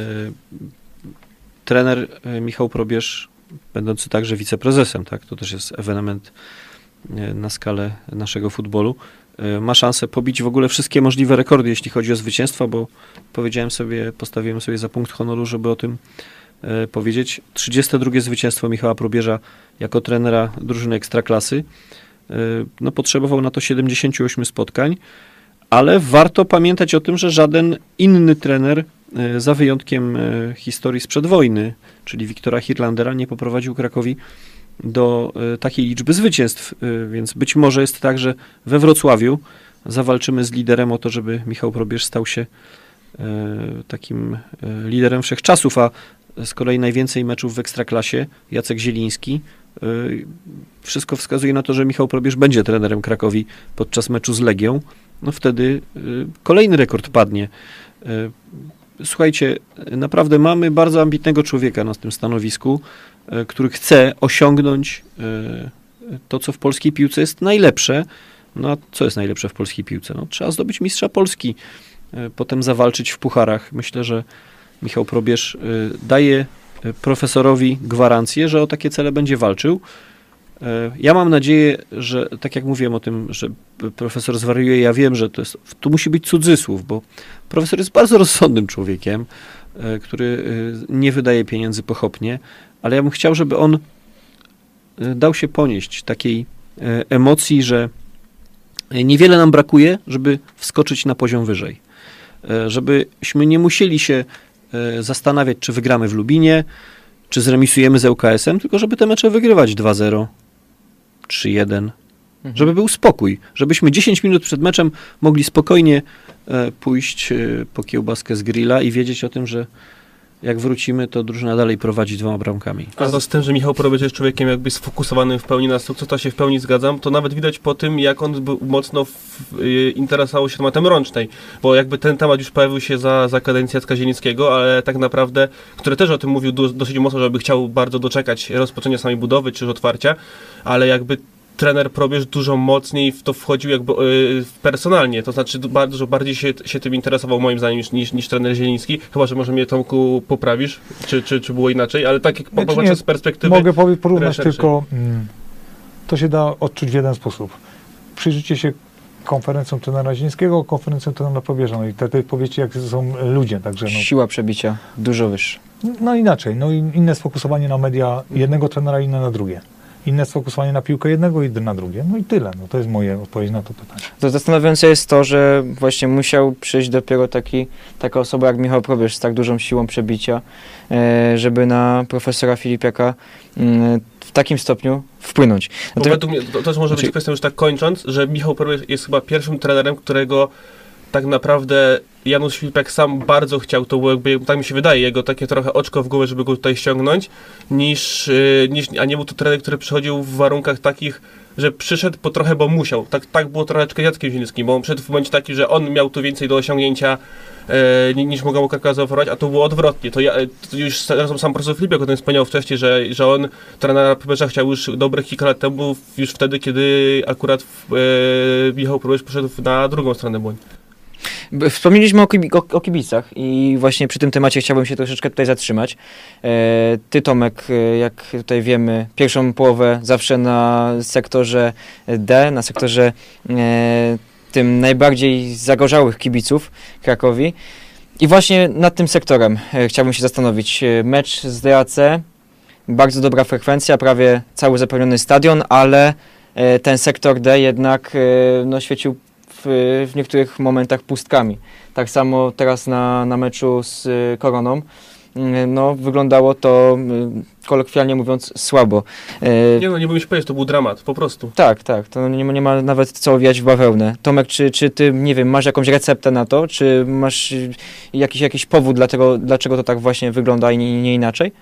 trener Michał Probierz, będący także wiceprezesem, tak, to też jest ewenement na skalę naszego futbolu, ma szansę pobić w ogóle wszystkie możliwe rekordy, jeśli chodzi o zwycięstwa, bo postawiłem sobie za punkt honoru, żeby o tym powiedzieć. 32 zwycięstwo Michała Probierza jako trenera drużyny Ekstraklasy. No, potrzebował na to 78 spotkań, ale warto pamiętać o tym, że żaden inny trener, za wyjątkiem historii sprzed wojny, czyli Wiktora Hirlandera, nie poprowadził Krakowi do takiej liczby zwycięstw, więc być może jest tak, że we Wrocławiu zawalczymy z liderem o to, żeby Michał Probierz stał się takim liderem wszechczasów, a z kolei najwięcej meczów w Ekstraklasie Jacek Zieliński. Wszystko wskazuje na to, że Michał Probierz będzie trenerem Krakowi podczas meczu z Legią. No wtedy kolejny rekord padnie. Słuchajcie, naprawdę mamy bardzo ambitnego człowieka na tym stanowisku, który chce osiągnąć to, co w polskiej piłce jest najlepsze. No a co jest najlepsze w polskiej piłce? No, trzeba zdobyć mistrza Polski, potem zawalczyć w pucharach. Myślę, że Michał Probierz daje profesorowi gwarancję, że o takie cele będzie walczył. Ja mam nadzieję, że tak jak mówiłem o tym, że profesor zwariuje, ja wiem, że tu musi być cudzysłów, bo profesor jest bardzo rozsądnym człowiekiem, który nie wydaje pieniędzy pochopnie, ale ja bym chciał, żeby on dał się ponieść takiej emocji, że niewiele nam brakuje, żeby wskoczyć na poziom wyżej. Żebyśmy nie musieli się zastanawiać, czy wygramy w Lubinie, czy zremisujemy z ŁKS-em, tylko żeby te mecze wygrywać 2-0, 3-1, żeby był spokój, żebyśmy 10 minut przed meczem mogli spokojnie pójść po kiełbaskę z grilla i wiedzieć o tym, że jak wrócimy, to drużyna dalej prowadzi 2 bramkami. A to z tym, że Michał Probierz jest człowiekiem jakby sfokusowanym w pełni na sukces, to się w pełni zgadzam, to nawet widać po tym, jak on mocno interesował się tematem Rącznej, bo jakby ten temat już pojawił się za kadencji Jacka Zielińskiego, ale tak naprawdę, który też o tym mówił dosyć mocno, żeby chciał bardzo doczekać rozpoczęcia samej budowy, czy otwarcia, ale jakby trener Probierz dużo mocniej w to wchodził jakby personalnie, to znaczy dużo bardziej się tym interesował moim zdaniem niż trener Zieliński, chyba że może mnie Tomku poprawisz, czy było inaczej, ale tak jak popatrzę z perspektywy... Mogę porównać researchy. tylko, to się da odczuć w jeden sposób. Przyjrzyjcie się konferencją trenera Zielińskiego, konferencją trenera Probierza, no i wtedy powiecie, jak są ludzie, także no. Siła przebicia dużo wyższa. No inaczej, no i inne sfokusowanie na media jednego trenera, inne na drugie. Inne sfokusowanie na piłkę jednego i na drugie. No i tyle. No to jest moja odpowiedź na to pytanie. To zastanawiające jest to, że właśnie musiał przyjść dopiero taka osoba jak Michał Probierz z tak dużą siłą przebicia, żeby na profesora Filipiaka w takim stopniu wpłynąć. Bo według mnie to też może być kwestią, już tak kończąc, że Michał Probierz jest chyba pierwszym trenerem, którego tak naprawdę Janusz Filipiak sam bardzo chciał, to było jakby, tak mi się wydaje, jego takie trochę oczko w głowę, żeby go tutaj ściągnąć, a nie był to trener, który przychodził w warunkach takich, że przyszedł po trochę, bo musiał. Tak było troszeczkę Jackiem Zielińskim, bo on przyszedł w momencie taki, że on miał tu więcej do osiągnięcia niż mogła mu Krakowa zaoferować, a to było odwrotnie. To już sam profesor Filipiak o tym wspomniał wcześniej, że on trenera Probierza chciał już dobrych kilka lat temu, już wtedy, kiedy akurat Michał Probierz poszedł na drugą stronę błąd. Wspomnieliśmy o kibicach i właśnie przy tym temacie chciałbym się troszeczkę tutaj zatrzymać. Ty, Tomek, jak tutaj wiemy, pierwszą połowę zawsze na sektorze D, na sektorze tym najbardziej zagorzałych kibiców Krakowi. I właśnie nad tym sektorem chciałbym się zastanowić. Mecz z DAC, bardzo dobra frekwencja, prawie cały zapełniony stadion, ale ten sektor D jednak świecił w niektórych momentach pustkami. Tak samo teraz na meczu z Koroną. no, wyglądało to, kolokwialnie mówiąc, słabo. Nie no, nie bym się powiedzieć, to był dramat, po prostu. Tak, to nie ma nawet co owijać w bawełnę. Tomek, czy ty, nie wiem, masz jakąś receptę na to? Czy masz jakiś powód, dlaczego to tak właśnie wygląda i nie inaczej?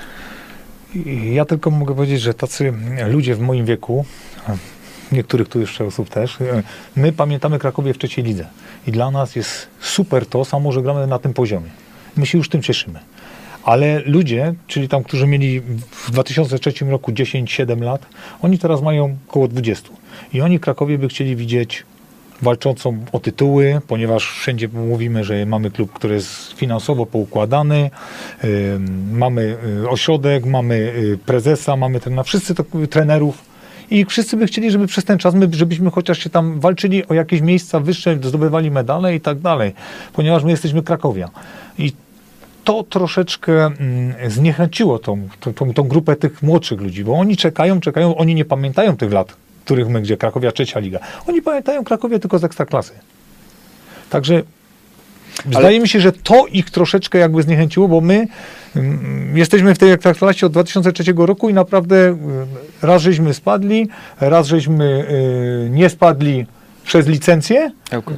Ja tylko mogę powiedzieć, że tacy ludzie w moim wieku, niektórych tu jeszcze osób też, my pamiętamy Krakowie w trzeciej lidze. I dla nas jest super to samo, że gramy na tym poziomie. My się już tym cieszymy. Ale ludzie, czyli tam, którzy mieli w 2003 roku 10-7 lat, oni teraz mają około 20. I oni Krakowie by chcieli widzieć walczącą o tytuły, ponieważ wszędzie mówimy, że mamy klub, który jest finansowo poukładany, mamy ośrodek, mamy prezesa, mamy wszyscy trenerów i wszyscy by chcieli, żeby przez ten czas żebyśmy chociaż się tam walczyli o jakieś miejsca wyższe, zdobywali medale i tak dalej, ponieważ my jesteśmy Krakowia. I to troszeczkę zniechęciło tą grupę tych młodszych ludzi, bo oni czekają, oni nie pamiętają tych lat, których my, gdzie Krakowia trzecia liga. Oni pamiętają Krakowię tylko z Ekstraklasy. Także wydaje mi się, że to ich troszeczkę jakby zniechęciło, bo my jesteśmy w tej Ekstraklasie od 2003 roku i naprawdę raz żeśmy spadli, raz żeśmy nie spadli przez licencję,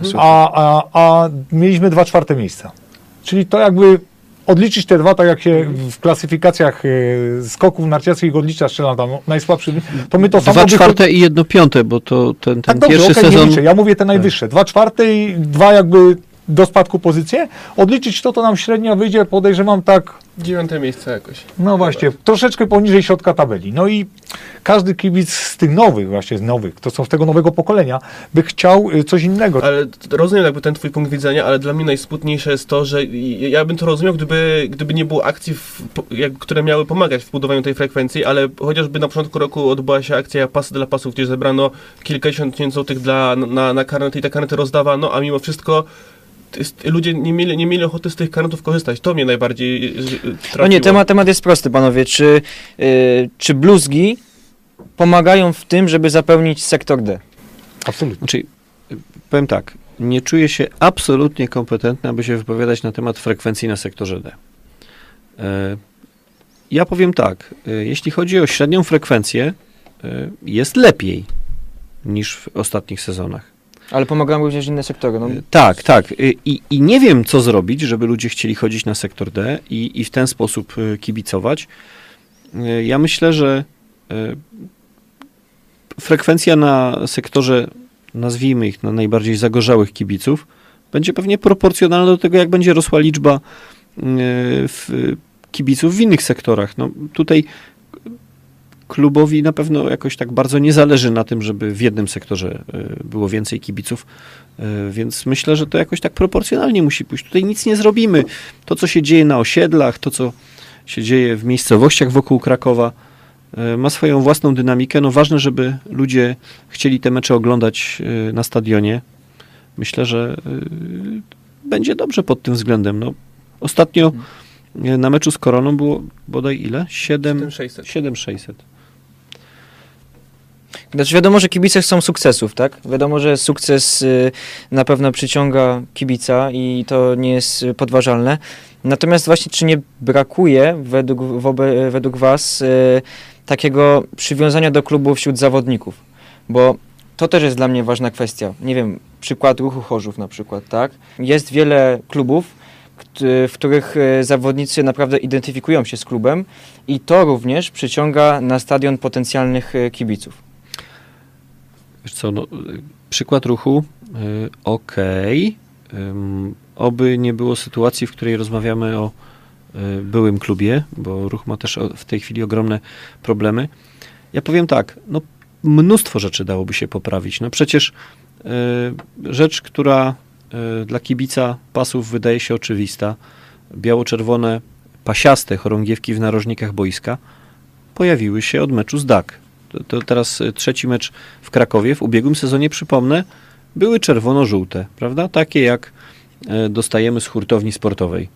a mieliśmy 2/4 miejsca. Czyli to jakby odliczyć te dwa, tak jak się w klasyfikacjach skoków narciarskich odlicza, strzelam tam najsłabszy, to my to samo... 2/4 i 1/5, bo to ten tak dobrze, pierwszy okay, sezon... Nie liczę. Ja mówię te najwyższe. 2/4 i 2 jakby do spadku pozycje. Odliczyć to nam średnia wyjdzie, podejrzewam tak... 9. miejsce jakoś. No właśnie, troszeczkę poniżej środka tabeli. No i każdy kibic z tych nowych, to są z tego nowego pokolenia, by chciał coś innego. Ale rozumiem jakby ten twój punkt widzenia, ale dla mnie najsmutniejsze jest to, że ja bym to rozumiał, gdyby nie było akcji, które miały pomagać w budowaniu tej frekwencji, ale chociażby na początku roku odbyła się akcja Pasy dla Pasów, gdzie zebrano kilkadziesiąt tysięcy złotych na karnety i te karnety rozdawano, a mimo wszystko ludzie nie mieli ochoty z tych karnetów korzystać. To mnie najbardziej trafiło. No nie, temat jest prosty, panowie. Czy bluzgi pomagają w tym, żeby zapełnić sektor D? Absolutnie. Znaczy, powiem tak, nie czuję się absolutnie kompetentny, aby się wypowiadać na temat frekwencji na sektorze D. Ja powiem tak, jeśli chodzi o średnią frekwencję, jest lepiej niż w ostatnich sezonach. Ale pomagają również inne sektory. No. Tak. I nie wiem, co zrobić, żeby ludzie chcieli chodzić na sektor D i w ten sposób kibicować. Ja myślę, że frekwencja na sektorze, nazwijmy ich, na najbardziej zagorzałych kibiców, będzie pewnie proporcjonalna do tego, jak będzie rosła liczba kibiców w innych sektorach. No, tutaj klubowi na pewno jakoś tak bardzo nie zależy na tym, żeby w jednym sektorze było więcej kibiców, więc myślę, że to jakoś tak proporcjonalnie musi pójść. Tutaj nic nie zrobimy. To, co się dzieje na osiedlach, to, co się dzieje w miejscowościach wokół Krakowa, ma swoją własną dynamikę. No ważne, żeby ludzie chcieli te mecze oglądać na stadionie. Myślę, że będzie dobrze pod tym względem. No, ostatnio na meczu z Koroną było bodaj ile? 7600. Znaczy wiadomo, że kibice chcą sukcesów, tak? Wiadomo, że sukces na pewno przyciąga kibica i to nie jest podważalne. Natomiast właśnie czy nie brakuje według was takiego przywiązania do klubu wśród zawodników? Bo to też jest dla mnie ważna kwestia. Nie wiem, przykład Ruchu Chorzów na przykład, tak? Jest wiele klubów, w których zawodnicy naprawdę identyfikują się z klubem i to również przyciąga na stadion potencjalnych kibiców. Wiesz co, no, przykład Ruchu, okej. Oby nie było sytuacji, w której rozmawiamy o byłym klubie, bo Ruch ma też w tej chwili ogromne problemy. Ja powiem tak, no mnóstwo rzeczy dałoby się poprawić. No przecież rzecz, która dla kibica Pasów wydaje się oczywista, biało-czerwone, pasiaste chorągiewki w narożnikach boiska pojawiły się od meczu z DAK. To teraz trzeci mecz w Krakowie. W ubiegłym sezonie, przypomnę, były czerwono-żółte, prawda? Takie jak dostajemy z hurtowni sportowej.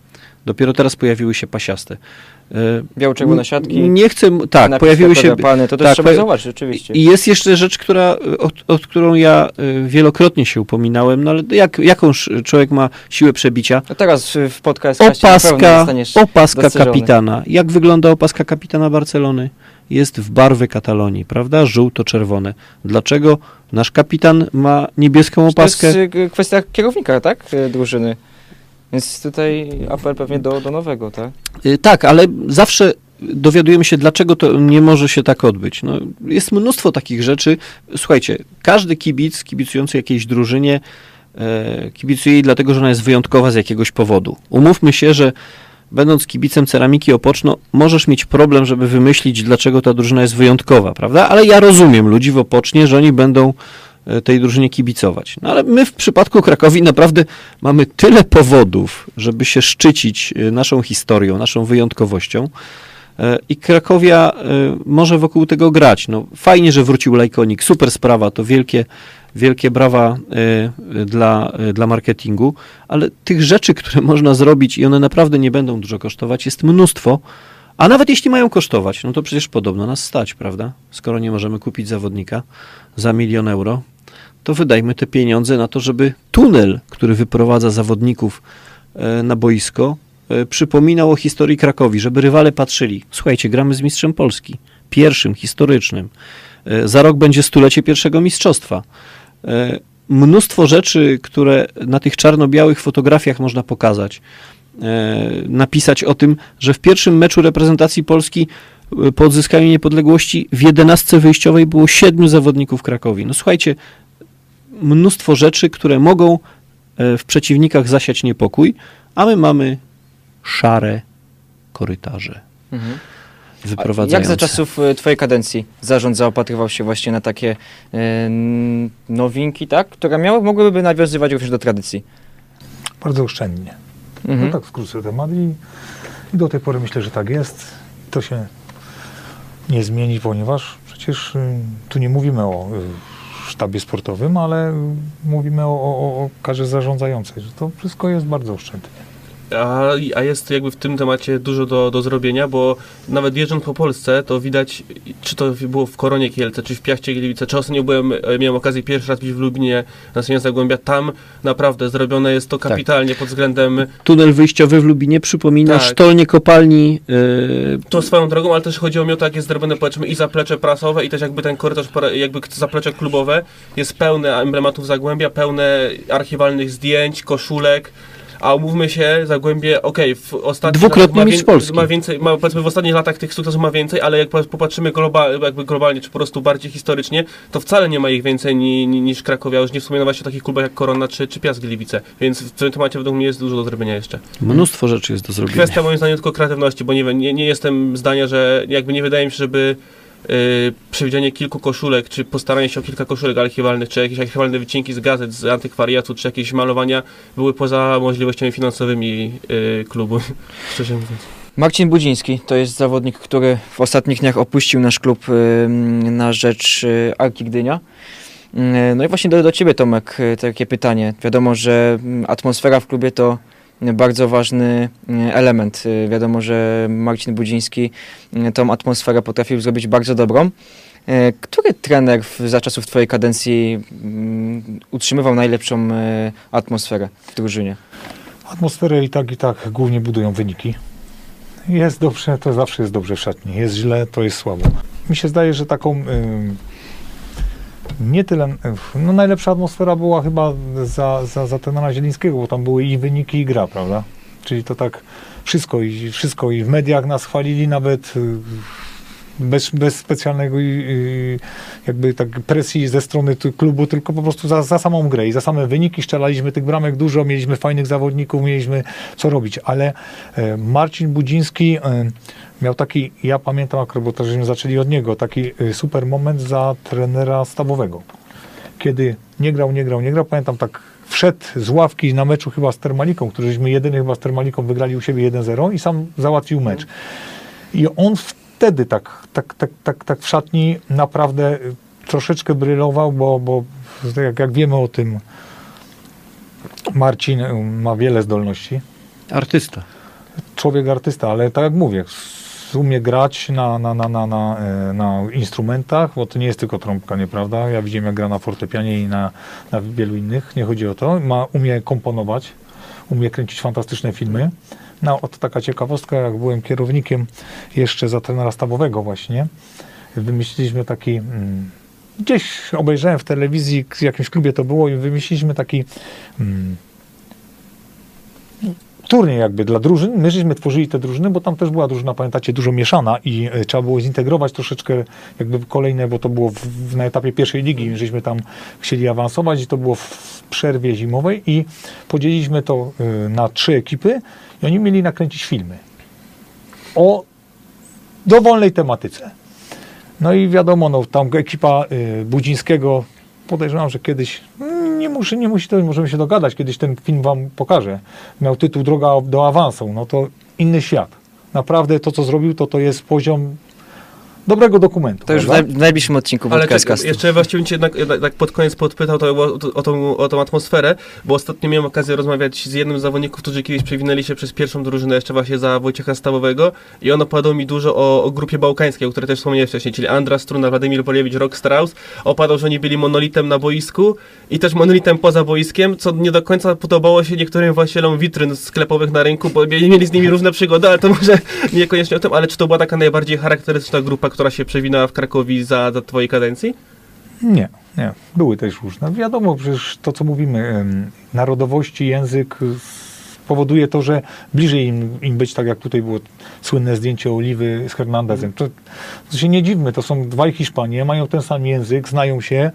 Dopiero teraz pojawiły się pasiaste. Biało-czerwone siatki. Nie chcę, tak, napis pojawiły się... Pany, to też tak, trzeba zobaczyć, oczywiście. I jest jeszcze rzecz, od którą ja wielokrotnie się upominałem, no ale jakąż człowiek ma siłę przebicia? No teraz w podcaście na pewno zostaniesz Opaska dostrzeżony. kapitana. Jak wygląda opaska kapitana Barcelony? Jest w barwy Katalonii, prawda? Żółto-czerwone. Dlaczego nasz kapitan ma niebieską opaskę? To jest kwestia kierownika, tak? Drużyny. Więc tutaj apel pewnie do nowego, tak? Tak, ale zawsze dowiadujemy się, dlaczego to nie może się tak odbyć. No, jest mnóstwo takich rzeczy. Słuchajcie, każdy kibic kibicujący jakiejś drużynie kibicuje jej dlatego, że ona jest wyjątkowa z jakiegoś powodu. Umówmy się, że będąc kibicem Ceramiki Opoczno, możesz mieć problem, żeby wymyślić, dlaczego ta drużyna jest wyjątkowa, prawda? Ale ja rozumiem ludzi w Opocznie, że oni będą tej drużynie kibicować. No ale my w przypadku Krakowi naprawdę mamy tyle powodów, żeby się szczycić naszą historią, naszą wyjątkowością i Krakowia może wokół tego grać. No, fajnie, że wrócił Lajkonik, super sprawa, to wielkie brawa dla marketingu, ale tych rzeczy, które można zrobić i one naprawdę nie będą dużo kosztować, jest mnóstwo, a nawet jeśli mają kosztować, no to przecież podobno nas stać, prawda? Skoro nie możemy kupić zawodnika za 1 000 000 euro, to wydajmy te pieniądze na to, żeby tunel, który wyprowadza zawodników na boisko, przypominał o historii Krakowi, żeby rywale patrzyli. Słuchajcie, gramy z mistrzem Polski, pierwszym, historycznym. Za rok będzie 100-lecie pierwszego mistrzostwa. Mnóstwo rzeczy, które na tych czarno-białych fotografiach można pokazać. Napisać o tym, że w pierwszym meczu reprezentacji Polski po odzyskaniu niepodległości w 11 wyjściowej było 7 zawodników Krakowi. No słuchajcie, mnóstwo rzeczy, które mogą w przeciwnikach zasiać niepokój, a my mamy szare korytarze. Wyprowadzające. Jak za czasów twojej kadencji zarząd zaopatrywał się właśnie na takie nowinki, tak? Które mogłyby nawiązywać również do tradycji? Bardzo oszczędnie. No tak skrócę temat i do tej pory myślę, że tak jest. To się nie zmieni, ponieważ przecież tu nie mówimy o sztabie sportowym, ale mówimy o kadrze zarządzającej, że to wszystko jest bardzo oszczędne. A jest jakby w tym temacie dużo do zrobienia, bo nawet jeżdżąc po Polsce, to widać, czy to było w Koronie Kielce, czy w Piaście Gliwice, czy ostatnio miałem okazję pierwszy raz być w Lublinie na scenie Zagłębia, tam naprawdę zrobione jest to kapitalnie pod względem... Tunel wyjściowy w Lubinie przypomina sztolnię kopalni. To swoją drogą, ale też chodziło mi o to, jak jest zrobione, powiedzmy, i zaplecze prasowe, i też jakby ten korytarz, jakby zaplecze klubowe jest pełne emblematów Zagłębia, pełne archiwalnych zdjęć, koszulek. A umówmy się, Zagłębie, w ostatnich dwukrotnie mistrz Polski. Powiedzmy w ostatnich latach tych sukcesów ma więcej, ale jak popatrzymy globalnie, czy po prostu bardziej historycznie, to wcale nie ma ich więcej niż Krakowia. Już nie wspominam właśnie o takich klubach jak Korona czy Piast Gliwice. Więc w tym temacie według mnie jest dużo do zrobienia jeszcze. Mnóstwo rzeczy jest do zrobienia. Kwestia moim zdaniem tylko kreatywności, bo nie jestem zdania, że jakby nie wydaje mi się, żeby przewidzianie kilku koszulek, czy postaranie się o kilka koszulek archiwalnych, czy jakieś archiwalne wycinki z gazet, z antykwariatu, czy jakieś malowania były poza możliwościami finansowymi klubu. Marcin Budziński to jest zawodnik, który w ostatnich dniach opuścił nasz klub na rzecz Arki Gdynia. No i właśnie do ciebie, Tomek, takie pytanie. Wiadomo, że atmosfera w klubie to bardzo ważny element. Wiadomo, że Marcin Budziński tą atmosferę potrafił zrobić bardzo dobrą. Który trener za czasów twojej kadencji utrzymywał najlepszą atmosferę w drużynie? Atmosferę i tak głównie budują wyniki. Jest dobrze, to zawsze jest dobrze w szatni. Jest źle, to jest słabo. Mi się zdaje, że taką nie tyle, najlepsza atmosfera była chyba za trenera Zielińskiego, bo tam były i wyniki, i gra, prawda? Czyli to tak wszystko i w mediach nas chwalili nawet bez specjalnego jakby tak presji ze strony klubu, tylko po prostu za samą grę i za same wyniki. Strzelaliśmy tych bramek dużo, mieliśmy fajnych zawodników, mieliśmy co robić, ale Marcin Budziński miał taki, ja pamiętam akurat, bo też żeśmy zaczęli od niego, taki super moment za trenera Stabowego. Kiedy nie grał, pamiętam tak, wszedł z ławki na meczu chyba z Termaliką, któryśmy jedyny chyba z Termaliką wygrali u siebie 1-0 i sam załatwił mecz. I on wtedy tak w szatni naprawdę troszeczkę brylował, bo jak wiemy o tym, Marcin ma wiele zdolności. Artysta. człowiek artysta, ale tak jak mówię, umie grać na instrumentach, bo to nie jest tylko trąbka, nieprawda? Ja widziałem, jak gra na fortepianie i na wielu innych, nie chodzi o to. Umie komponować, umie kręcić fantastyczne filmy. No, oto taka ciekawostka, jak byłem kierownikiem jeszcze za trenera stabowego właśnie, wymyśliliśmy taki, gdzieś obejrzałem w telewizji, w jakimś klubie to było i wymyśliliśmy taki turniej jakby dla drużyn. My żeśmy tworzyli te drużyny, bo tam też była drużyna, pamiętacie, dużo mieszana i trzeba było zintegrować troszeczkę jakby kolejne, bo to było na etapie pierwszej ligi, żeśmy tam chcieli awansować i to było w przerwie zimowej i podzieliliśmy to na 3 ekipy i oni mieli nakręcić filmy o dowolnej tematyce. No i wiadomo, no, tam ekipa Budzińskiego, podejrzewam, że kiedyś, nie musi to, możemy się dogadać, kiedyś ten film wam pokażę. Miał tytuł Droga do awansu, no to inny świat. Naprawdę to, co zrobił, to jest poziom dobrego dokumentu. To już w najbliższym odcinku podcastu. Jeszcze właściwie cię jednak pod koniec podpytał o tą atmosferę, bo ostatnio miałem okazję rozmawiać z jednym z zawodników, którzy kiedyś przewinęli się przez pierwszą drużynę, jeszcze właśnie za Wojciecha Stawowego i on opowiadał mi dużo o grupie bałkańskiej, o której też wspomniałem wcześniej, czyli Andras Struna, Władimir Bolewicz, Rok Strauss. Opowiadał, że oni byli monolitem na boisku i też monolitem poza boiskiem, co nie do końca podobało się niektórym właścicielom witryn sklepowych na rynku, bo mieli z nimi różne przygody, ale to może niekoniecznie o tym, ale czy to była taka najbardziej charakterystyczna grupa, która się przewinęła w Krakowie za twojej kadencji? Nie. Były też różne. Wiadomo, przecież to, co mówimy, narodowości, język powoduje to, że bliżej im być, tak jak tutaj było słynne zdjęcie Oliwy z Hernandezem. To się nie dziwmy, to są 2 Hiszpanie, mają ten sam język, znają się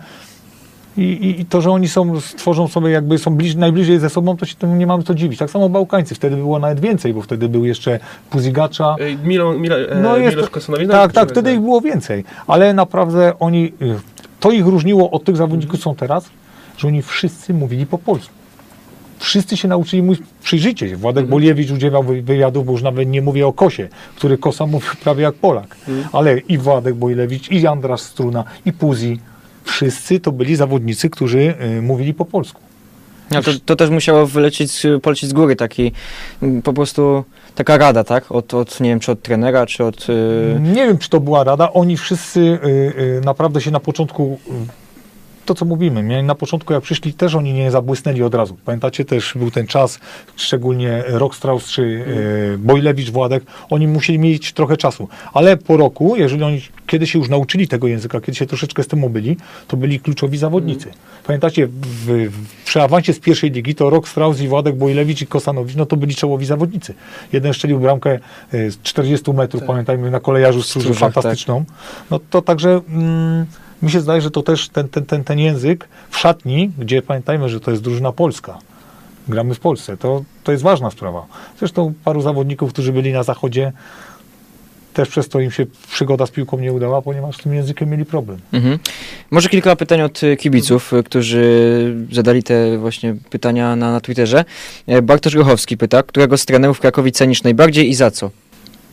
i to, że oni stworzą sobie, jakby są najbliżej ze sobą, to się temu nie mamy co dziwić. Tak samo Bałkańcy, wtedy było nawet więcej, bo wtedy był jeszcze Puzigacza. Milosz Kosanowicz. Tak, wtedy ich było więcej. Ale naprawdę oni, to ich różniło od tych zawodników, są teraz, że oni wszyscy mówili po polsku. Wszyscy się nauczyli mówić, przyjrzyjcie się. Władek Boliewicz udzielał wywiadów, bo już nawet nie mówię o Kosie, który Kosa mówił prawie jak Polak. Ale i Władek Bojlewicz, i Andras Struna, i Puzi, wszyscy to byli zawodnicy, którzy mówili po polsku. No to też musiało polecieć z góry po prostu taka rada, tak? Nie wiem, czy od trenera, czy od... Nie wiem, czy to była rada. Oni wszyscy naprawdę się na początku, to co mówimy, na początku jak przyszli, też oni nie zabłysnęli od razu. Pamiętacie, też był ten czas, szczególnie Rok Strauss czy Bojlewicz, Władek, oni musieli mieć trochę czasu. Ale po roku, jeżeli oni kiedy się już nauczyli tego języka, kiedy się troszeczkę z tym obyli, to byli kluczowi zawodnicy. Pamiętacie, przy awansie z pierwszej ligi to Rok Strauss i Władek Bojlewicz i Kosanowicz, no to byli czołowi zawodnicy. Jeden strzelił bramkę z 40 metrów, pamiętajmy, na kolejarzu Stróży, fantastyczną. Tak. No to także mi się zdaje, że to też ten język w szatni, gdzie pamiętajmy, że to jest drużyna polska. Gramy w Polsce. To jest ważna sprawa. Zresztą paru zawodników, którzy byli na zachodzie, też przez to im się przygoda z piłką nie udała, ponieważ z tym językiem mieli problem. Może kilka pytań od kibiców, którzy zadali te właśnie pytania na Twitterze. Bartosz Grochowski pyta, którego z trenerów w Krakowie cenisz najbardziej i za co?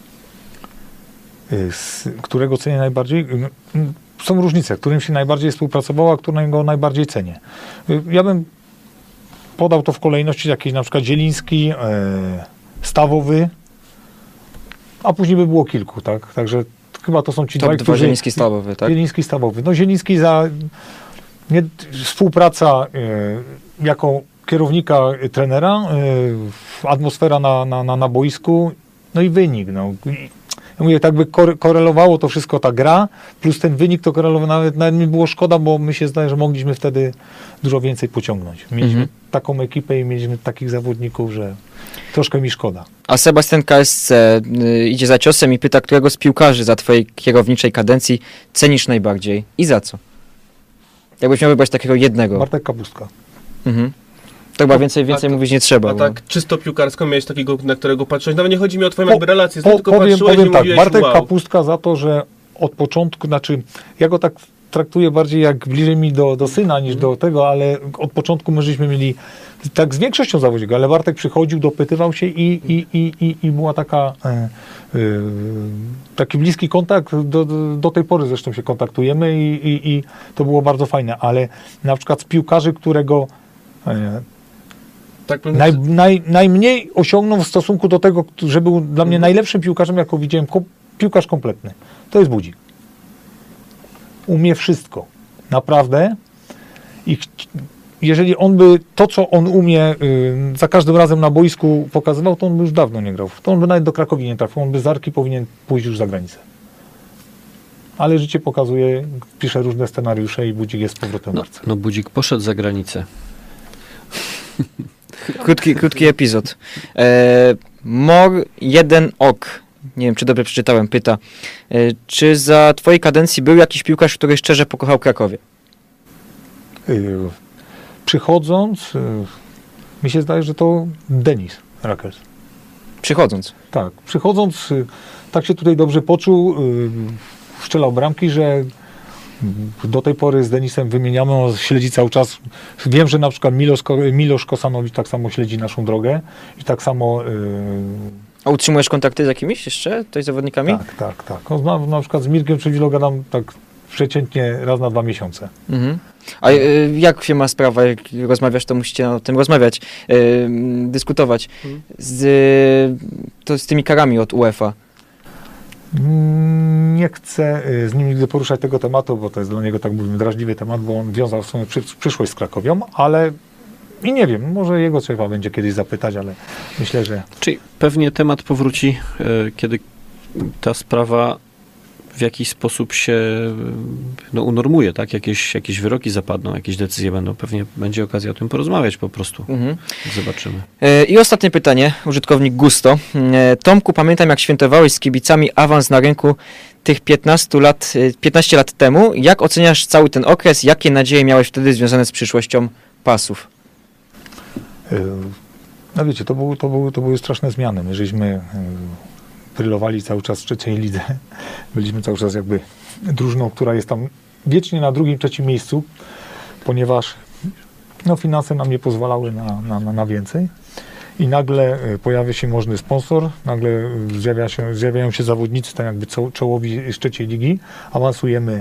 Którego cenię najbardziej? Są różnice, którym się najbardziej współpracowało, a którego najbardziej cenię. Ja bym podał to w kolejności jakiejś na przykład Zieliński, Stawowy, a później by było kilku, tak? Także chyba to są ci dwaj, którzy... Zieliński, Stawowy, tak? Zieliński, Stawowy. No Zieliński za współpraca jako kierownika, trenera, atmosfera na boisku, no i wynik. No. Ja mówię, tak by korelowało to wszystko ta gra, plus ten wynik to korelowało, nawet mi było szkoda, bo my się zdaje, że mogliśmy wtedy dużo więcej pociągnąć. Mieliśmy taką ekipę i mieliśmy takich zawodników, że troszkę mi szkoda. A Sebastian KSC idzie za ciosem i pyta, którego z piłkarzy za twojej kierowniczej kadencji cenisz najbardziej i za co? Jakbyś miał wybrać takiego jednego. Bartek Kapustka. To chyba więcej mówić nie trzeba. A tak czysto piłkarsko miałeś takiego, na którego patrzyłeś. Nawet nie chodzi mi o twoją relację, tylko patrzyłeś powiem i tak, mówiłeś, Bartek wow. Kapustka za to, że od początku, znaczy ja go tak traktuję bardziej jak bliżej mi do syna niż do tego, ale od początku my żeśmy mieli tak z większością zawodników, ale Bartek przychodził, dopytywał się i była taki bliski kontakt, do tej pory zresztą się kontaktujemy i to było bardzo fajne, ale na przykład z piłkarzy, którego Tak bym... Najmniej osiągnął w stosunku do tego, że był dla mnie najlepszym piłkarzem, jaką widziałem, piłkarz kompletny. To jest Budzik. Umie wszystko. Naprawdę. I jeżeli on by to, co on umie, za każdym razem na boisku pokazywał, to on by już dawno nie grał. To on by nawet do Krakowi nie trafił. On by z Arki powinien pójść już za granicę. Ale życie pokazuje, pisze różne scenariusze i Budzik jest z powrotem w Arce. No Budzik poszedł za granicę. Krótki epizod. Mor 1 Ok. Nie wiem, czy dobrze przeczytałem. Pyta, czy za twojej kadencji był jakiś piłkarz, który szczerze pokochał Krakowie? Przychodząc, mi się zdaje, że to Denis Rakels. Przychodząc. Tak, przychodząc, tak się tutaj dobrze poczuł, strzelał bramki, że do tej pory z Denisem wymieniamy, on śledzi cały czas. Wiem, że na przykład Milosz Kosanowicz tak samo śledzi naszą drogę i tak samo... A utrzymujesz kontakty z jakimiś jeszcze tutaj zawodnikami? Tak. Na przykład z Mirkiem Czewilo gadam tak przeciętnie raz na 2 miesiące. Mhm. A jak się ma sprawa, jak rozmawiasz, to musicie o tym rozmawiać, dyskutować z tymi karami od UEFA. Nie chcę z nim nigdy poruszać tego tematu, bo to jest dla niego, tak mówimy, drażliwy temat, bo on wiązał swoją przyszłość z Krakowią, ale i nie wiem, może jego trzeba będzie kiedyś zapytać, ale myślę, że... Czyli pewnie temat powróci, kiedy ta sprawa w jakiś sposób się unormuje, tak? Jakieś wyroki zapadną, jakieś decyzje będą. Pewnie będzie okazja o tym porozmawiać po prostu. Zobaczymy. I ostatnie pytanie, użytkownik Gusto. Tomku, pamiętam jak świętowałeś z kibicami awans na rynku tych 15 lat temu. Jak oceniasz cały ten okres? Jakie nadzieje miałeś wtedy związane z przyszłością pasów? No wiecie, to były straszne zmiany. My żeśmy brylowali cały czas w trzeciej lidze. Byliśmy cały czas jakby drużyną, która jest tam wiecznie na drugim, trzecim miejscu, ponieważ finanse nam nie pozwalały na więcej. I nagle pojawia się możny sponsor, nagle zjawiają się zawodnicy, tak jakby czołowi z trzeciej ligi. Awansujemy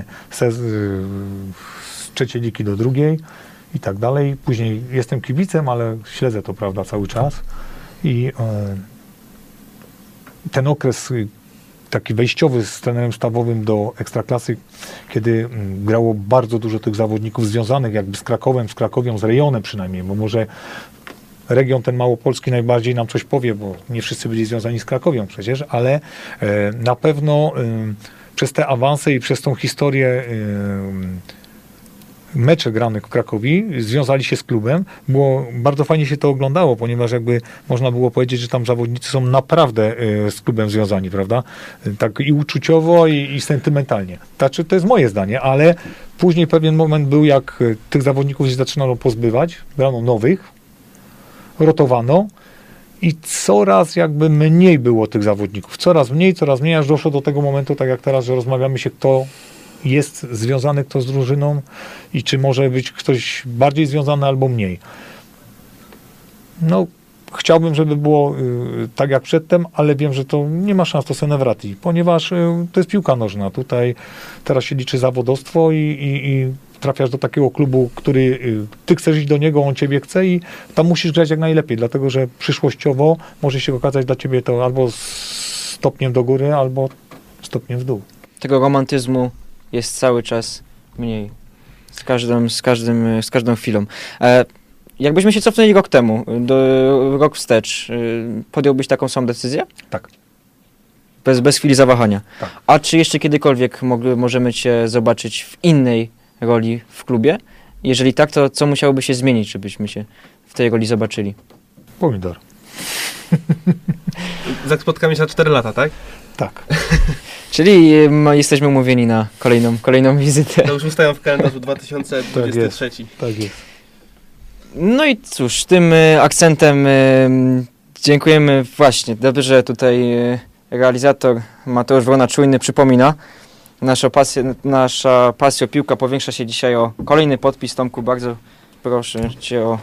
z trzeciej ligi do drugiej i tak dalej. Później jestem kibicem, ale śledzę to, prawda, cały czas. I ten okres taki wejściowy z trenerem sztabowym do Ekstraklasy, kiedy grało bardzo dużo tych zawodników związanych jakby z Krakowią, z rejonem przynajmniej, bo może region ten małopolski najbardziej nam coś powie, bo nie wszyscy byli związani z Krakowią przecież, ale na pewno przez te awanse i przez tą historię mecze granych w Krakowie związali się z klubem, bo bardzo fajnie się to oglądało, ponieważ jakby można było powiedzieć, że tam zawodnicy są naprawdę z klubem związani, prawda? Tak i uczuciowo, i sentymentalnie. Znaczy, to jest moje zdanie, ale później pewien moment był, jak tych zawodników się zaczynano pozbywać, brano nowych, rotowano i coraz jakby mniej było tych zawodników. Coraz mniej, aż doszło do tego momentu, tak jak teraz, że rozmawiamy się, kto jest związany kto z drużyną i czy może być ktoś bardziej związany albo mniej. No, chciałbym, żeby było tak jak przedtem, ale wiem, że to nie ma szans, to Senevrati, ponieważ to jest piłka nożna. Tutaj teraz się liczy zawodowstwo i trafiasz do takiego klubu, który ty chcesz iść do niego, on ciebie chce i tam musisz grać jak najlepiej, dlatego że przyszłościowo może się okazać dla ciebie to albo stopniem do góry, albo stopniem w dół. Tego romantyzmu jest cały czas mniej. Z każdą chwilą. Jakbyśmy się cofnęli rok temu, rok wstecz, podjąłbyś taką samą decyzję? Tak. Bez chwili zawahania. Tak. A czy jeszcze kiedykolwiek możemy cię zobaczyć w innej roli w klubie? Jeżeli tak, to co musiałoby się zmienić, żebyśmy się w tej roli zobaczyli? Pomidor. Spotkamy się na 4 lata, tak? Tak. Czyli jesteśmy umówieni na kolejną wizytę. To już ustają w kalendarzu 2023. Tak jest. No i cóż, tym akcentem dziękujemy właśnie. Dobrze, że tutaj realizator Mateusz Wrona-Czujny przypomina. Nasza pasja o piłkę powiększa się dzisiaj o kolejny podpis. Tomku, bardzo proszę cię o...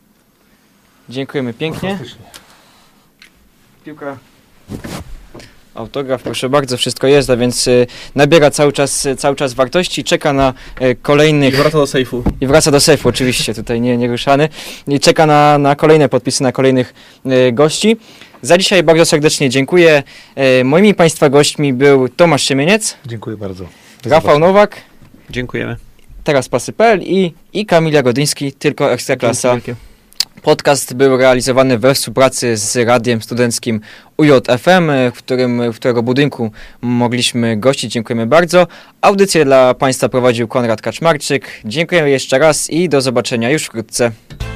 Dziękujemy pięknie. Piłka Autograf, proszę bardzo, wszystko jest, a więc nabiera cały czas wartości, czeka na I kolejnych... wraca do sejfu. I wraca do sejfu, oczywiście, tutaj nie ruszany. I czeka na kolejne podpisy, na kolejnych gości. Za dzisiaj bardzo serdecznie dziękuję. Moimi Państwa gośćmi był Tomasz Siemieniec, Dziękuję bardzo. Rafał Nowak, Dziękujemy. teraz Pasy.pl i Kamil Jagodyński, tylko Ekstraklasa. Dzięki wielkie. Podcast był realizowany we współpracy z Radiem Studenckim UJ-FM, w którego budynku mogliśmy gościć. Dziękujemy bardzo. Audycję dla Państwa prowadził Konrad Kaczmarczyk. Dziękujemy jeszcze raz i do zobaczenia już wkrótce.